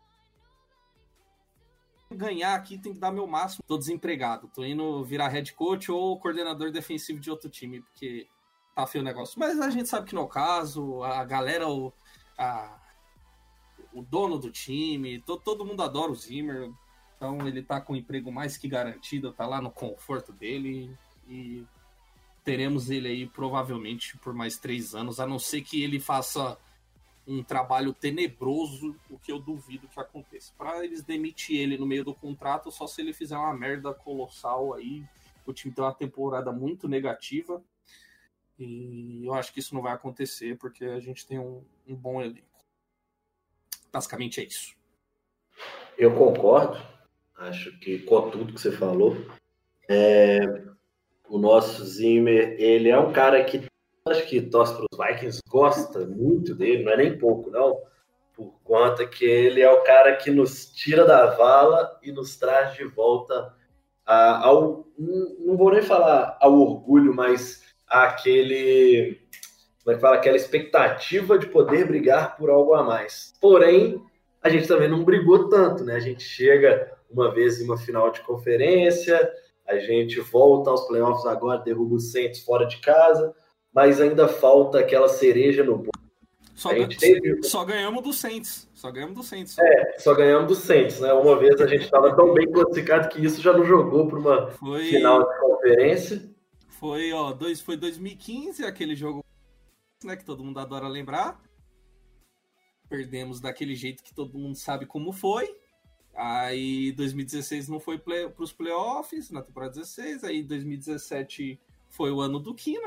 que ganhar aqui, tenho que dar meu máximo. Tô desempregado, tô indo virar head coach ou coordenador defensivo de outro time, porque tá feio o negócio. Mas a gente sabe que não é o caso, a galera, o, a, o dono do time, to, todo mundo adora o Zimmer, então ele tá com o emprego mais que garantido, tá lá no conforto dele e... teremos ele aí provavelmente por mais três anos, a não ser que ele faça um trabalho tenebroso, o que eu duvido que aconteça. Para eles demitir ele no meio do contrato, só se ele fizer uma merda colossal aí, o time tem uma temporada muito negativa, e eu acho que isso não vai acontecer, porque a gente tem um, um bom elenco. Basicamente é isso. Eu concordo, acho que com tudo que você falou. É... O nosso Zimmer, ele é um cara que acho que torce para os Vikings, gosta muito dele, não é nem pouco, não, por conta que ele é o cara que nos tira da vala e nos traz de volta a, ao, não vou nem falar ao orgulho, mas àquele, como é que fala, aquela expectativa de poder brigar por algo a mais. Porém, a gente também não brigou tanto, né? A gente chega uma vez em uma final de conferência, a gente volta aos playoffs agora, derruba o Saints fora de casa, mas ainda falta aquela cereja no bolo. Só, a gente teve... só ganhamos do Saints. Só ganhamos do Saints. É, só ganhamos do Saints, né? Uma vez a gente estava tão bem classificado que isso já não jogou para uma foi... final de conferência. Foi, ó, dois, foi dois mil e quinze, aquele jogo, né, que todo mundo adora lembrar. Perdemos daquele jeito que todo mundo sabe como foi. Aí dois mil e dezesseis não foi play, para os playoffs, na temporada dezesseis. Aí dois mil e dezessete foi o ano do Kina, né?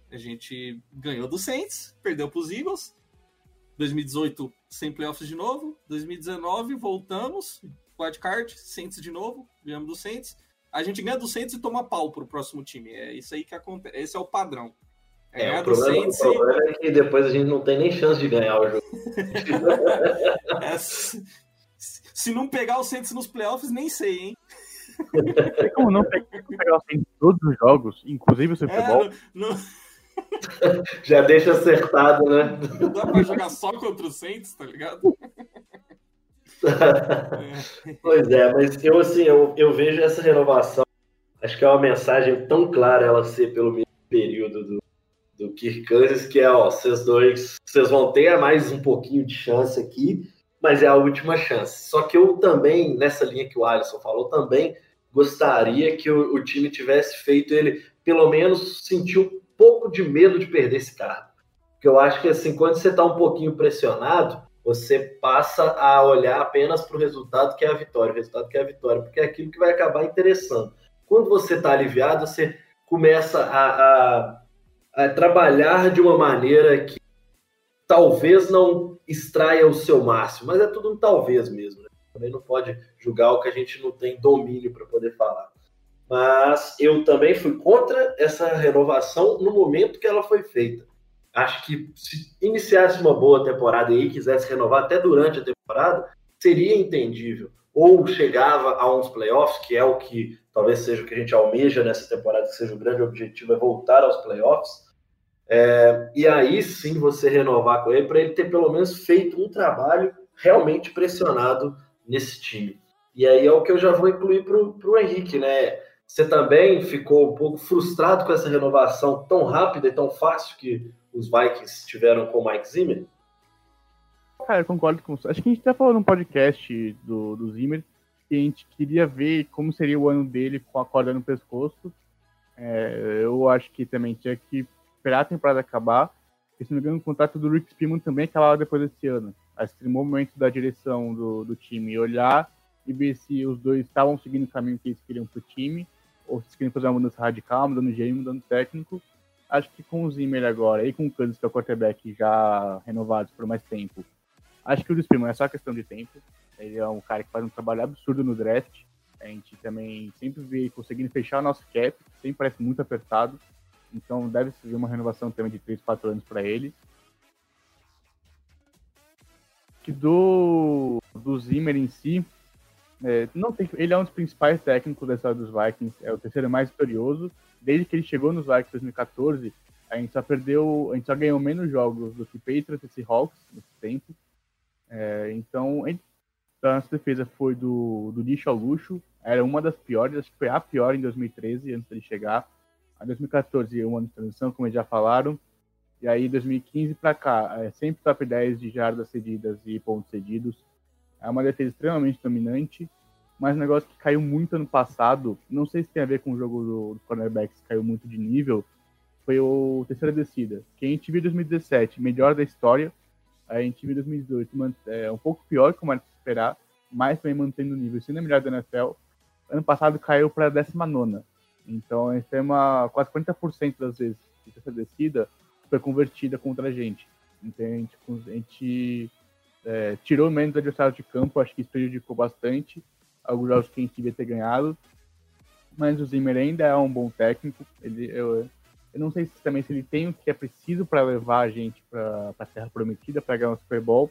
A gente ganhou do Saints, perdeu para os Eagles. dois mil e dezoito, sem playoffs de novo. dois mil e dezenove, voltamos. Wildcard, Saints de novo. Ganhamos do Saints. A gente ganha do Saints e toma pau pro próximo time. É isso aí que acontece. Esse é o padrão. É, É, o, do problema, Saints o problema e... é que depois a gente não tem nem chance de ganhar o jogo. é, se, se não pegar o Saints nos playoffs, nem sei, hein? Tem como não pegar, pegar o Saints em todos os jogos, inclusive o Super Bowl? É, não, não... Já deixa acertado, né? Não dá pra jogar só contra o Saints, tá ligado? É. Pois é, mas eu assim, eu, eu vejo essa renovação, acho que é uma mensagem tão clara ela ser pelo mesmo período do, do Kirk Cousins, que é, ó, vocês dois, vocês vão ter mais um pouquinho de chance aqui, mas é a última chance. Só que eu também, nessa linha que o Alisson falou, também gostaria que o, o time tivesse feito ele, pelo menos, sentir um pouco de medo de perder esse cargo. Porque eu acho que, assim, quando você está um pouquinho pressionado, você passa a olhar apenas para o resultado, que é a vitória, o resultado que é a vitória, porque é aquilo que vai acabar interessando. Quando você está aliviado, você começa a, a, a trabalhar de uma maneira que talvez não extraia o seu máximo, mas é tudo um talvez mesmo, né? Também não pode julgar o que a gente não tem domínio para poder falar. Mas eu também fui contra essa renovação no momento que ela foi feita. Acho que se iniciasse uma boa temporada e quisesse renovar até durante a temporada, seria entendível. Ou chegava a uns playoffs, que é o que talvez seja o que a gente almeja nessa temporada, que seja o grande objetivo, é voltar aos playoffs. É, e aí sim você renovar com ele, para ele ter pelo menos feito um trabalho realmente pressionado nesse time. E aí é o que eu já vou incluir para o Henrique, né? Você também ficou um pouco frustrado com essa renovação tão rápida e tão fácil que os Vikings tiveram com o Mike Zimmer? Cara, eu concordo com você. Acho que a gente até falou num podcast do, do Zimmer que a gente queria ver como seria o ano dele com a corda no pescoço. É, eu acho que também tinha que esperar a temporada acabar. Porque, se não me engano, o contrato do Rick Spielman também acabava depois desse ano. Acho que seria o momento da direção do, do time olhar e ver se os dois estavam seguindo o caminho que eles queriam pro time, ou se queriam fazer uma mudança radical, mudando gênio, mudando técnico. Acho que com o Zimmer agora e com o Cousins, que é o quarterback já renovados por mais tempo, acho que o do Spielman é só questão de tempo. Ele é um cara que faz um trabalho absurdo no draft. A gente também sempre vê conseguindo fechar o nosso cap, sempre parece muito apertado. Então deve ser uma renovação também de três, quatro anos para ele. Que do, do Zimmer em si, é, não tem, ele é um dos principais técnicos da história dos Vikings, é o terceiro mais vitorioso. Desde que ele chegou nos Vikings em dois mil e catorze, a gente só perdeu, a gente só ganhou menos jogos do que Patriots e Seahawks nesse tempo. É, então, a nossa defesa foi do, do lixo ao luxo, era uma das piores, acho que foi a pior em dois mil e treze, antes dele chegar. Em dois mil e catorze, um ano de transição, como eles já falaram. E aí, dois mil e quinze para cá, é sempre top dez de jardas cedidas e pontos cedidos. É uma defesa extremamente dominante, mas um negócio que caiu muito ano passado, não sei se tem a ver com o jogo do, do cornerbacks, caiu muito de nível, foi o terceira descida. Que a gente viu em dois mil e dezessete, melhor da história, a gente viu em dois mil e dezoito, é um pouco pior, como era de esperar, mas também mantendo o nível, sendo a melhor da N F L. Ano passado caiu para a décima nona. Então, a gente tem uma, quase quarenta por cento das vezes que essa descida foi convertida contra a gente. Então, a gente, a gente é, tirou menos do adversário de campo, acho que isso prejudicou bastante alguns jogos que a gente devia ter ganhado. Mas o Zimmer ainda é um bom técnico. Ele, eu, eu não sei se também se ele tem o que é preciso para levar a gente para a Terra Prometida, para ganhar o Super Bowl,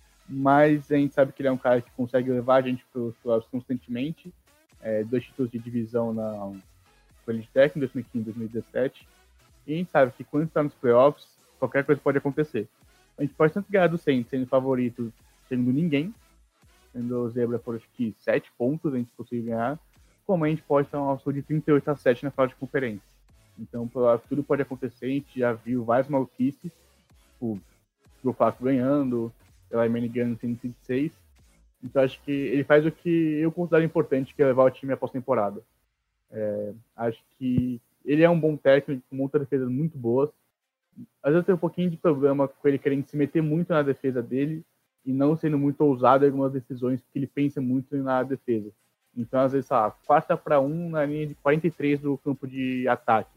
mas a gente sabe que ele é um cara que consegue levar a gente para os playoffs constantemente. É, dois títulos de divisão na Folha de Técnico, dois mil e quinze e dois mil e dezessete. E a gente sabe que quando está nos playoffs, qualquer coisa pode acontecer. A gente pode tanto ganhar do Saints sendo favorito, sendo ninguém, sendo o Zebra por acho que sete pontos, a gente conseguir ganhar, como a gente pode estar uma de trinta e oito a sete na final de conferência. Então, tudo pode acontecer, a gente já viu várias maluquices, tipo, o Flaco ganhando, o Eli ganhando cento e vinte e seis. Então, acho que ele faz o que eu considero importante, que é levar o time à pós-temporada. É, acho que ele é um bom técnico, com muitas defesas muito boas. Às vezes tem um pouquinho de problema com ele querendo se meter muito na defesa dele e não sendo muito ousado em algumas decisões, porque ele pensa muito na defesa. Então, às vezes, ah, quarta para um na linha de quarenta e três do campo de ataque.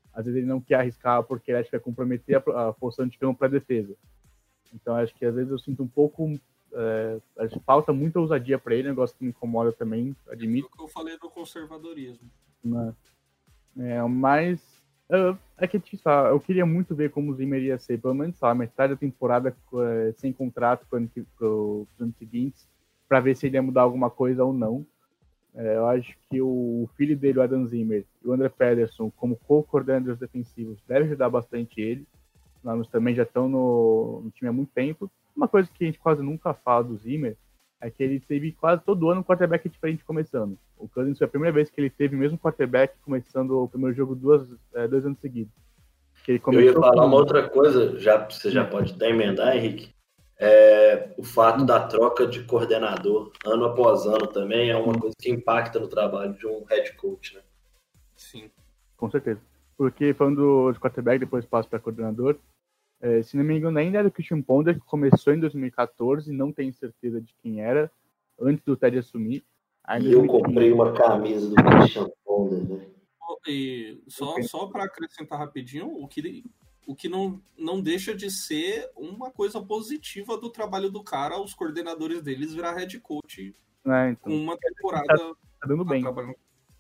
às vezes ele não quer arriscar porque ele acha que vai comprometer a, a posição de campo para a defesa. Então acho que às vezes eu sinto um pouco, é, acho que falta muita ousadia para ele, um negócio que me incomoda também, admito. É o que eu falei do conservadorismo. Mas, é, mas é, é que sabe, eu queria muito ver como o Zimmer ia ser, pelo menos a metade da temporada é, sem contrato para os anos seguintes, para ver se ele ia mudar alguma coisa ou não. É, eu acho que o filho dele, o Adam Zimmer, e o André Pederson, como co-coordenadores defensivos, devem ajudar bastante ele. Nós também já estão no, no time há muito tempo. Uma coisa que a gente quase nunca fala do Zimmer é que ele teve quase todo ano um quarterback diferente começando. O Cousins foi a primeira vez que ele teve o mesmo quarterback começando o primeiro jogo duas, é, dois anos seguidos. Que ele Eu ia falar com... uma outra coisa, já, você já pode até emendar, Henrique. É, o fato da troca de coordenador ano após ano também é uma coisa que impacta no trabalho de um head coach, né? Sim. Com certeza. Porque falando de quarterback, depois passo para coordenador, é, se não me engano, ainda era o Christian Ponder, que começou em dois mil e quatorze, não tenho certeza de quem era, antes do Ted assumir. Aí e eu comprei uma camisa do Christian Ponder, né? E só, só para acrescentar rapidinho, o que, o que não, não deixa de ser uma coisa positiva do trabalho do cara, os coordenadores deles virar head coach é, então, com uma temporada tá, tá dando bem. Trabalhando.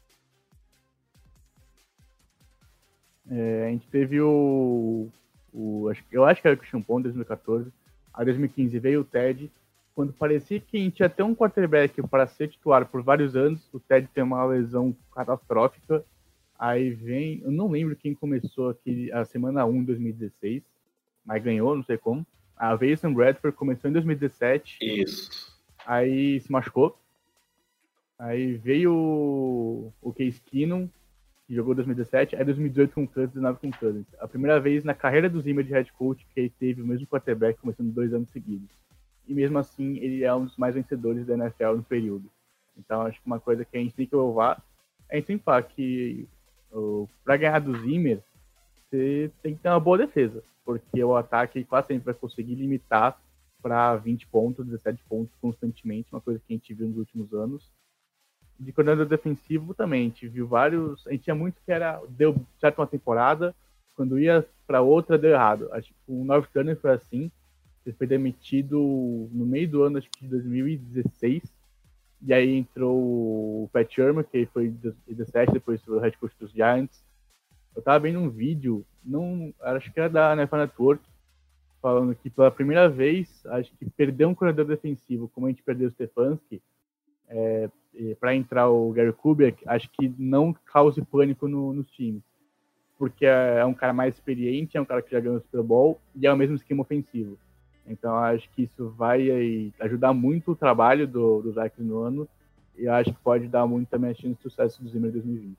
É, a gente teve o, o acho, eu acho que era o Christian Ponder em dois mil e quatorze, aí em dois mil e quinze veio o Ted, quando parecia que a gente ia ter um quarterback para ser titular por vários anos, o Ted tem uma lesão catastrófica. Aí vem, eu não lembro quem começou aqui a semana um de dois mil e dezesseis, mas ganhou, não sei como. A Jason Bradford começou em dois mil e dezessete. Isso. Aí se machucou. Aí veio o, o Case Keenum, que jogou em dois mil e dezessete. Aí dois mil e dezoito com o Cousins, dezenove com o Cousins. A primeira vez na carreira do Zimmer de head coach que ele teve o mesmo quarterback começando dois anos seguidos. E mesmo assim, ele é um dos mais vencedores da N F L no período. Então acho que uma coisa que a gente tem que louvar, a gente tem que falar que para ganhar do Zimmer, você tem que ter uma boa defesa, porque o ataque quase sempre vai conseguir limitar para vinte pontos, dezessete pontos constantemente, uma coisa que a gente viu nos últimos anos. De coordenador defensivo também, a gente viu vários, a gente tinha muito que era, deu certo uma temporada, quando ia para outra deu errado. Acho que o North Turner foi assim, ele foi demitido no meio do ano, acho que de dois mil e dezesseis, e aí entrou o Pat Shurmur, que foi em dois mil e dezessete, depois foi o head coach dos Giants. Eu tava vendo um vídeo, não, acho que era da N F L Network, falando que pela primeira vez, acho que perder um coordenador defensivo, como a gente perdeu o Stefanski, é, para entrar o Gary Kubiak, acho que não cause pânico no, nos times. Porque é um cara mais experiente, é um cara que já ganhou o Super Bowl, e é o mesmo esquema ofensivo. Então, acho que isso vai aí, ajudar muito o trabalho do, do Vikings no ano, e eu acho que pode dar muito também a chance de sucesso do Zimmer em dois mil e vinte.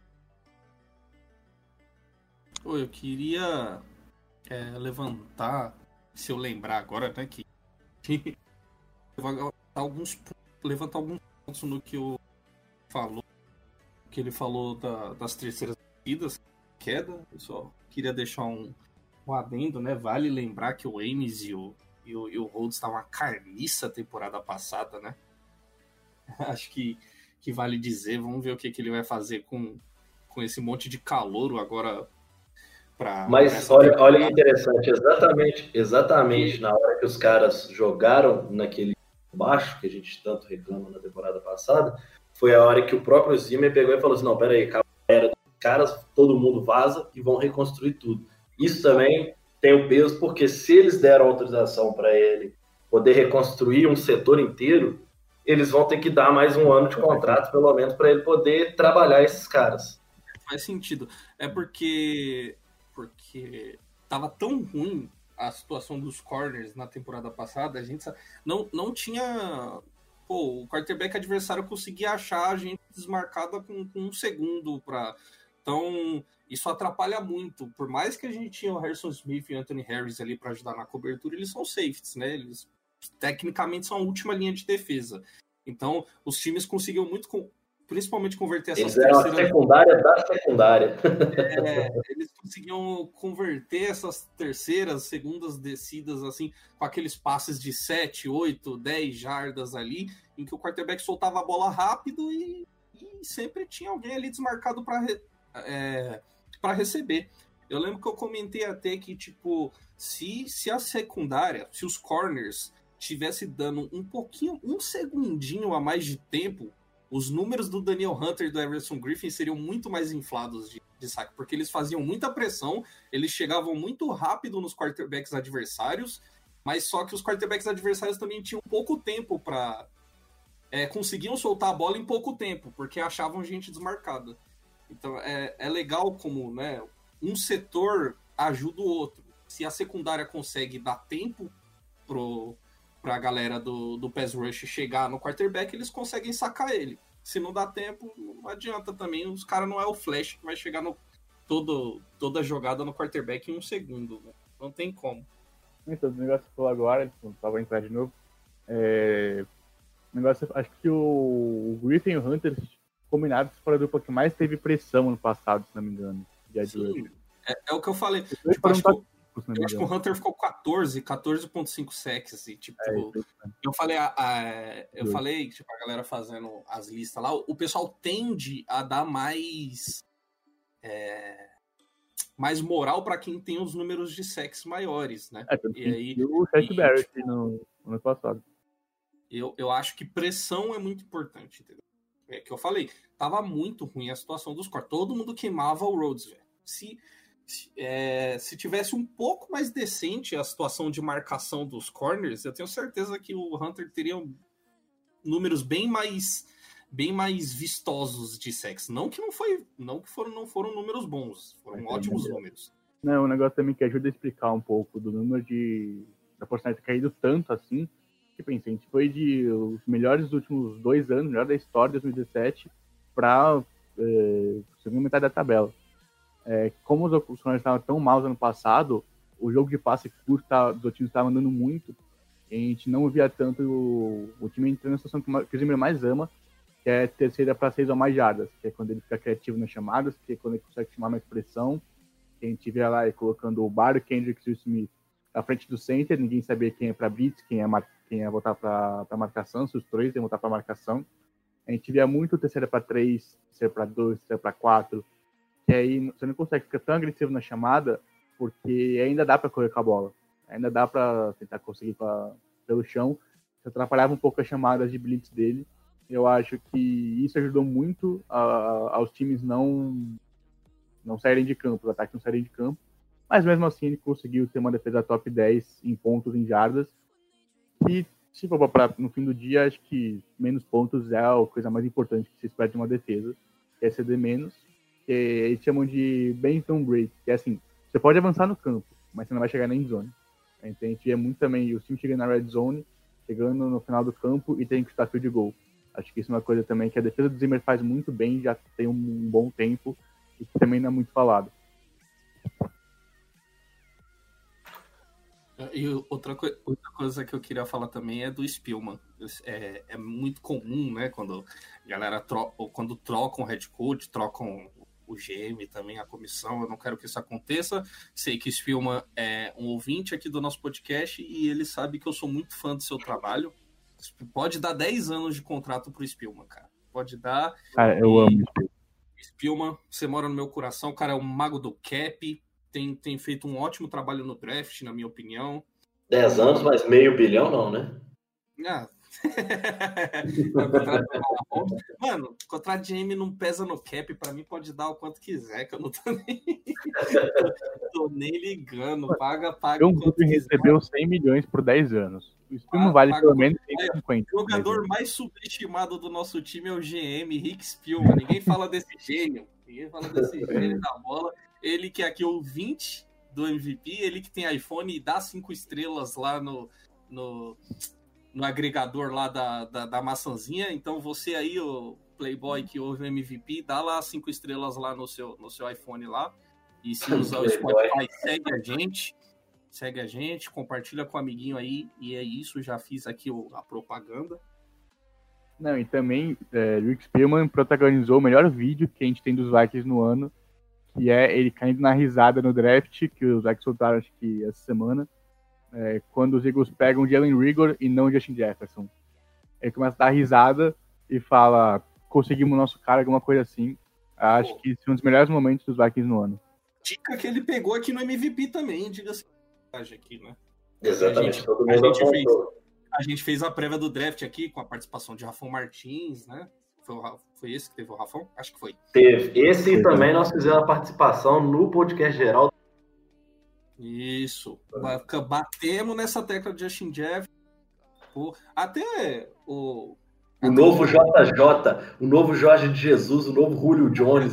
Pô, eu queria é, levantar, se eu lembrar agora, né, que levantar alguns, levantar alguns pontos no que eu falou, que ele falou da, das terceiras vidas, queda. Eu só queria deixar um, um adendo, né? Vale lembrar que o Ames e o E o, e o Rhodes estavam uma carniça temporada passada, né? Acho que, que vale dizer. Vamos ver o que, que ele vai fazer com, com esse monte de calouro agora. Pra, Mas pra olha, olha que interessante. Exatamente, exatamente na hora que os caras jogaram naquele baixo, que a gente tanto reclama na temporada passada, foi a hora que o próprio Zimmer pegou e falou assim, não, peraí, galera, os caras, todo mundo vaza e vão reconstruir tudo. Isso também tem o peso, porque se eles deram autorização para ele poder reconstruir um setor inteiro, eles vão ter que dar mais um ano de contrato, pelo menos, para ele poder trabalhar esses caras. Faz sentido. É porque porque tava tão ruim a situação dos corners na temporada passada, a gente não, não tinha... Pô, o quarterback adversário conseguia achar a gente desmarcada com, com um segundo para... Então, isso atrapalha muito. Por mais que a gente tinha o Harrison Smith e o Anthony Harris ali para ajudar na cobertura, eles são safeties, né? Eles tecnicamente são a última linha de defesa. Então, os times conseguiam muito, com, principalmente converter essas eles eram terceiras... a secundária da secundária. É, eles conseguiam converter essas terceiras, segundas descidas, assim, com aqueles passes de sete, oito, dez jardas ali, em que o quarterback soltava a bola rápido e, e sempre tinha alguém ali desmarcado para... É, para receber. Eu lembro que eu comentei até que, tipo, se, se a secundária, se os corners tivesse dando um pouquinho, um segundinho a mais de tempo, os números do Daniel Hunter e do Everson Griffin seriam muito mais inflados de, de saque, porque eles faziam muita pressão, eles chegavam muito rápido nos quarterbacks adversários, mas só que os quarterbacks adversários também tinham pouco tempo para... É, conseguiam soltar a bola em pouco tempo, porque achavam gente desmarcada. Então é, é legal como, né, um setor ajuda o outro. Se a secundária consegue dar tempo pro, pra galera do, do pass rush chegar no quarterback, eles conseguem sacar ele. Se não dá tempo, não adianta também. Os caras não é o flash que vai chegar no todo, toda jogada no quarterback em um segundo. Né? Não tem como. Então, o negócio que você falou agora, só vou entrar de novo. É... O negócio, acho que o, o Griffin e o Hunter combinados foram a dupla que mais teve pressão no passado, se não me engano. Sim, é, é o que eu falei. Tipo, acho que o, eu acho que o Hunter ficou quatorze, quatorze ponto cinco sacks. E, tipo, é, eu falei, a, a, eu falei, tipo, a galera fazendo as listas lá, o pessoal tende a dar mais é, mais moral para quem tem os números de sacks maiores, né? É, e aí o Shaq Barrett no ano passado. Eu, eu acho que pressão é muito importante, entendeu? É que eu falei, tava muito ruim a situação dos corners. Todo mundo queimava o Rhodes, velho. Se, se, é, se tivesse um pouco mais decente a situação de marcação dos corners, eu tenho certeza que o Hunter teria números bem mais bem mais vistosos de sacks. Não que não foi, não que foram, não foram números bons, foram é, ótimos é números. Não, um negócio também que ajuda a explicar um pouco do número de da porcentagem ter caído tanto assim. Que pensei, a gente foi de os melhores dos últimos dois anos, melhor da história de dois mil e dezessete, para é, a segunda metade da tabela. É, como os corners estavam tão maus ano passado, o jogo de passe curto tá, dos times estava andando muito, e a gente não via tanto o, o time entrando na situação que, que o Zimmer mais ama, que é terceira para seis ou mais jardas, que é quando ele fica criativo nas chamadas, que é quando ele consegue chamar mais pressão, que a gente via lá colocando o Barr, Kendricks e o Smith à frente do center, ninguém sabia quem é para blitz, quem é mar... quem ia voltar para marcação, se os três iam voltar para marcação. A gente via muito terceira para três, terceira para dois, terceira para quatro, que aí você não consegue ficar tão agressivo na chamada, porque ainda dá para correr com a bola, ainda dá para tentar conseguir pra, pelo chão. Você atrapalhava um pouco as chamadas de blitz dele. Eu acho que isso ajudou muito a, a, aos times não, não saírem de campo, os ataques não saírem de campo, mas mesmo assim ele conseguiu ter uma defesa top dez em pontos, em jardas. E se for para no fim do dia, acho que menos pontos é a coisa mais importante que se espera de uma defesa, que é ceder menos. Que eles chamam de bem zone break, que é assim, você pode avançar no campo, mas você não vai chegar na end zone. Então a gente vê muito também os times chegando na red zone, chegando no final do campo e tem que chutar field goal. Acho que isso é uma coisa também que a defesa do Zimmer faz muito bem, já tem um bom tempo e que também não é muito falado. E outra, co- outra coisa que eu queria falar também é do Spielman. É, é muito comum, né, quando a galera tro- ou quando trocam o head coach, trocam o G M também, a comissão. Eu não quero que isso aconteça. Sei que o Spielman é um ouvinte aqui do nosso podcast e ele sabe que eu sou muito fã do seu trabalho. Pode dar dez anos de contrato pro Spielman, cara. Pode dar. Cara, eu E- amo isso. Spielman, você mora no meu coração, o cara é um mago do cap, tem, tem feito um ótimo trabalho no draft, na minha opinião. dez anos, mas meio bilhão não, né? Ah. É o contrato do- Mano, o contrato de G M não pesa no cap, pra mim pode dar o quanto quiser, que eu não tô nem, tô nem ligando. Paga, paga John o quanto Gruden quiser. recebeu cem milhões por dez anos. O Spielman Ah, vale paga pelo o- menos cento e cinquenta. O jogador mais subestimado do nosso time é o G M, Rick Spielman. Ninguém fala desse gênio. Ninguém fala desse gênio da bola. Ele que é aqui o vinte do M V P, ele que tem iPhone e dá cinco estrelas lá no, no, no agregador lá da, da, da maçãzinha. Então você aí, o Playboy que ouve o M V P, dá lá cinco estrelas lá no seu, no seu iPhone lá. E se usar o Spotify, segue a gente. Segue a gente, compartilha com o amiguinho aí. E é isso, já fiz aqui o, a propaganda. Não, e também é, Rick Spielman protagonizou o melhor vídeo que a gente tem dos Vikings no ano, que é ele caindo na risada no draft, que os Vikings soltaram acho que essa semana, é, quando os Eagles pegam o Jalen Rigor e não o Justin Jefferson. Ele começa a dar risada e fala, conseguimos o nosso cara, alguma coisa assim. Acho Pô. que esse é um dos melhores momentos dos Vikings no ano. dica que ele pegou aqui no M V P também, diga-se aqui, né? Exatamente, a gente, todo a mundo gente, fez, apontou. a gente fez a prévia do draft aqui com a participação de Rafão Martins, né? Foi, o, foi esse que teve o Rafão? Acho que foi. Teve. Esse e também nós fizemos a participação no podcast geral. Isso. Batemos nessa tecla de Justin Jefferson. Até o... O novo J J, o novo Jorge de Jesus, o novo Julio Jones.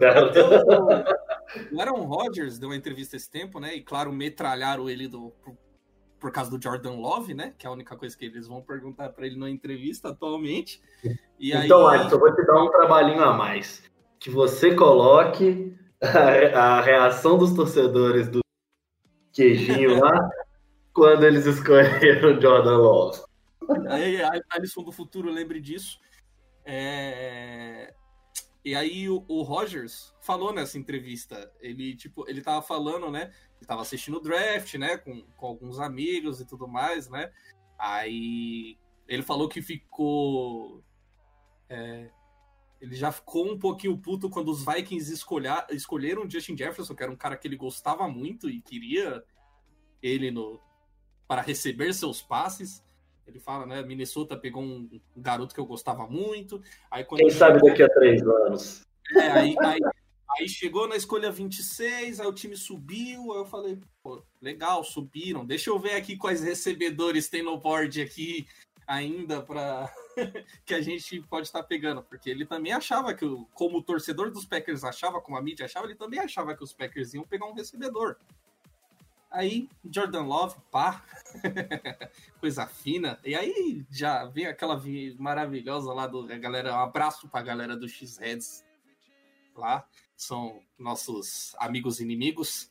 O Aaron Rodgers deu uma entrevista esse tempo, né? E claro, metralharam ele do, por, por causa do Jordan Love, né? Que é a única coisa que eles vão perguntar para ele na entrevista atualmente. E então, aí... Alisson, eu vou te dar um trabalhinho a mais. Que você coloque a, a reação dos torcedores do queijinho lá quando eles escolheram o Jordan Love. Aí, a Alisson do futuro, lembre disso. É... E aí o, o Rodgers falou nessa entrevista, ele tipo, ele tava falando, né, ele tava assistindo o draft, né, com, com alguns amigos e tudo mais, né, aí ele falou que ficou, é, ele já ficou um pouquinho puto quando os Vikings escolher, escolheram o Justin Jefferson, que era um cara que ele gostava muito e queria ele no, para receber seus passes. Ele fala, né, Minnesota pegou um, um garoto que eu gostava muito. Aí, quando Quem chegou, sabe daqui a três anos. É, aí, aí, aí chegou na escolha vinte e seis, aí o time subiu, aí eu falei, pô, legal, subiram. Deixa eu ver aqui quais recebedores tem no board aqui ainda para que a gente pode estar pegando. Porque ele também achava que, como o torcedor dos Packers achava, como a mídia achava, ele também achava que os Packers iam pegar um recebedor. Aí, Jordan Love, pá, coisa fina. E aí já vem aquela maravilhosa lá do a galera, um abraço pra galera do X-Heads lá, são nossos amigos inimigos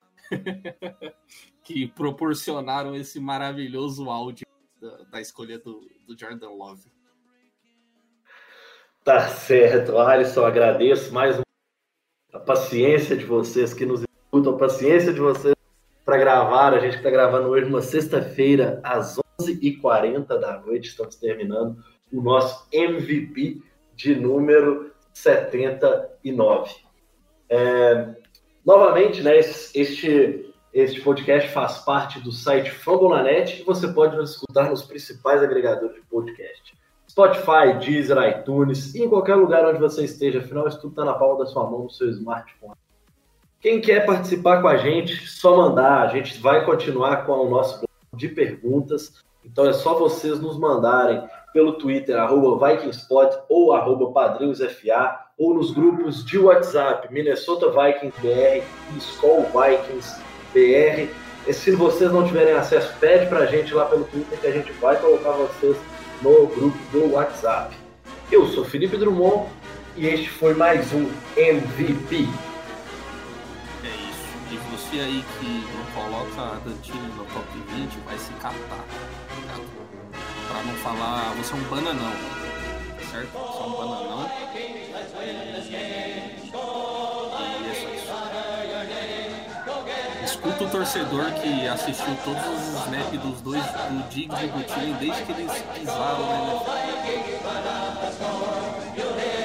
que proporcionaram esse maravilhoso áudio da, da escolha do, do Jordan Love. Tá certo, Alisson, agradeço mais uma a paciência de vocês que nos escutam, a paciência de vocês para gravar. A gente está gravando hoje uma sexta-feira às onze e quarenta da noite, estamos terminando o nosso M V P de número setenta e nove. É, novamente, né, este, este podcast faz parte do site Fambonanet e você pode nos escutar nos principais agregadores de podcast. Spotify, Deezer, iTunes e em qualquer lugar onde você esteja, afinal isso tudo está na palma da sua mão, no seu smartphone. Quem quer participar com a gente, só mandar. A gente vai continuar com o nosso bloco de perguntas. Então é só vocês nos mandarem pelo Twitter, arroba VikingsPod ou arroba PadrinhosFA, ou nos grupos de WhatsApp, Minnesota Vikings B R e Skol Vikings B R. E se vocês não tiverem acesso, pede pra gente lá pelo Twitter que a gente vai colocar vocês no grupo do WhatsApp. Eu sou Felipe Drummond e este foi mais um M V P. E você aí que não coloca a Dantini no top vinte vai se catar, tá? Pra não falar, você é um bananão, certo? Você é um bananão. E, e é só isso. Escuta o torcedor que assistiu todos os snaps dos dois, do Diggs e do Tilly, desde que eles pisaram, né?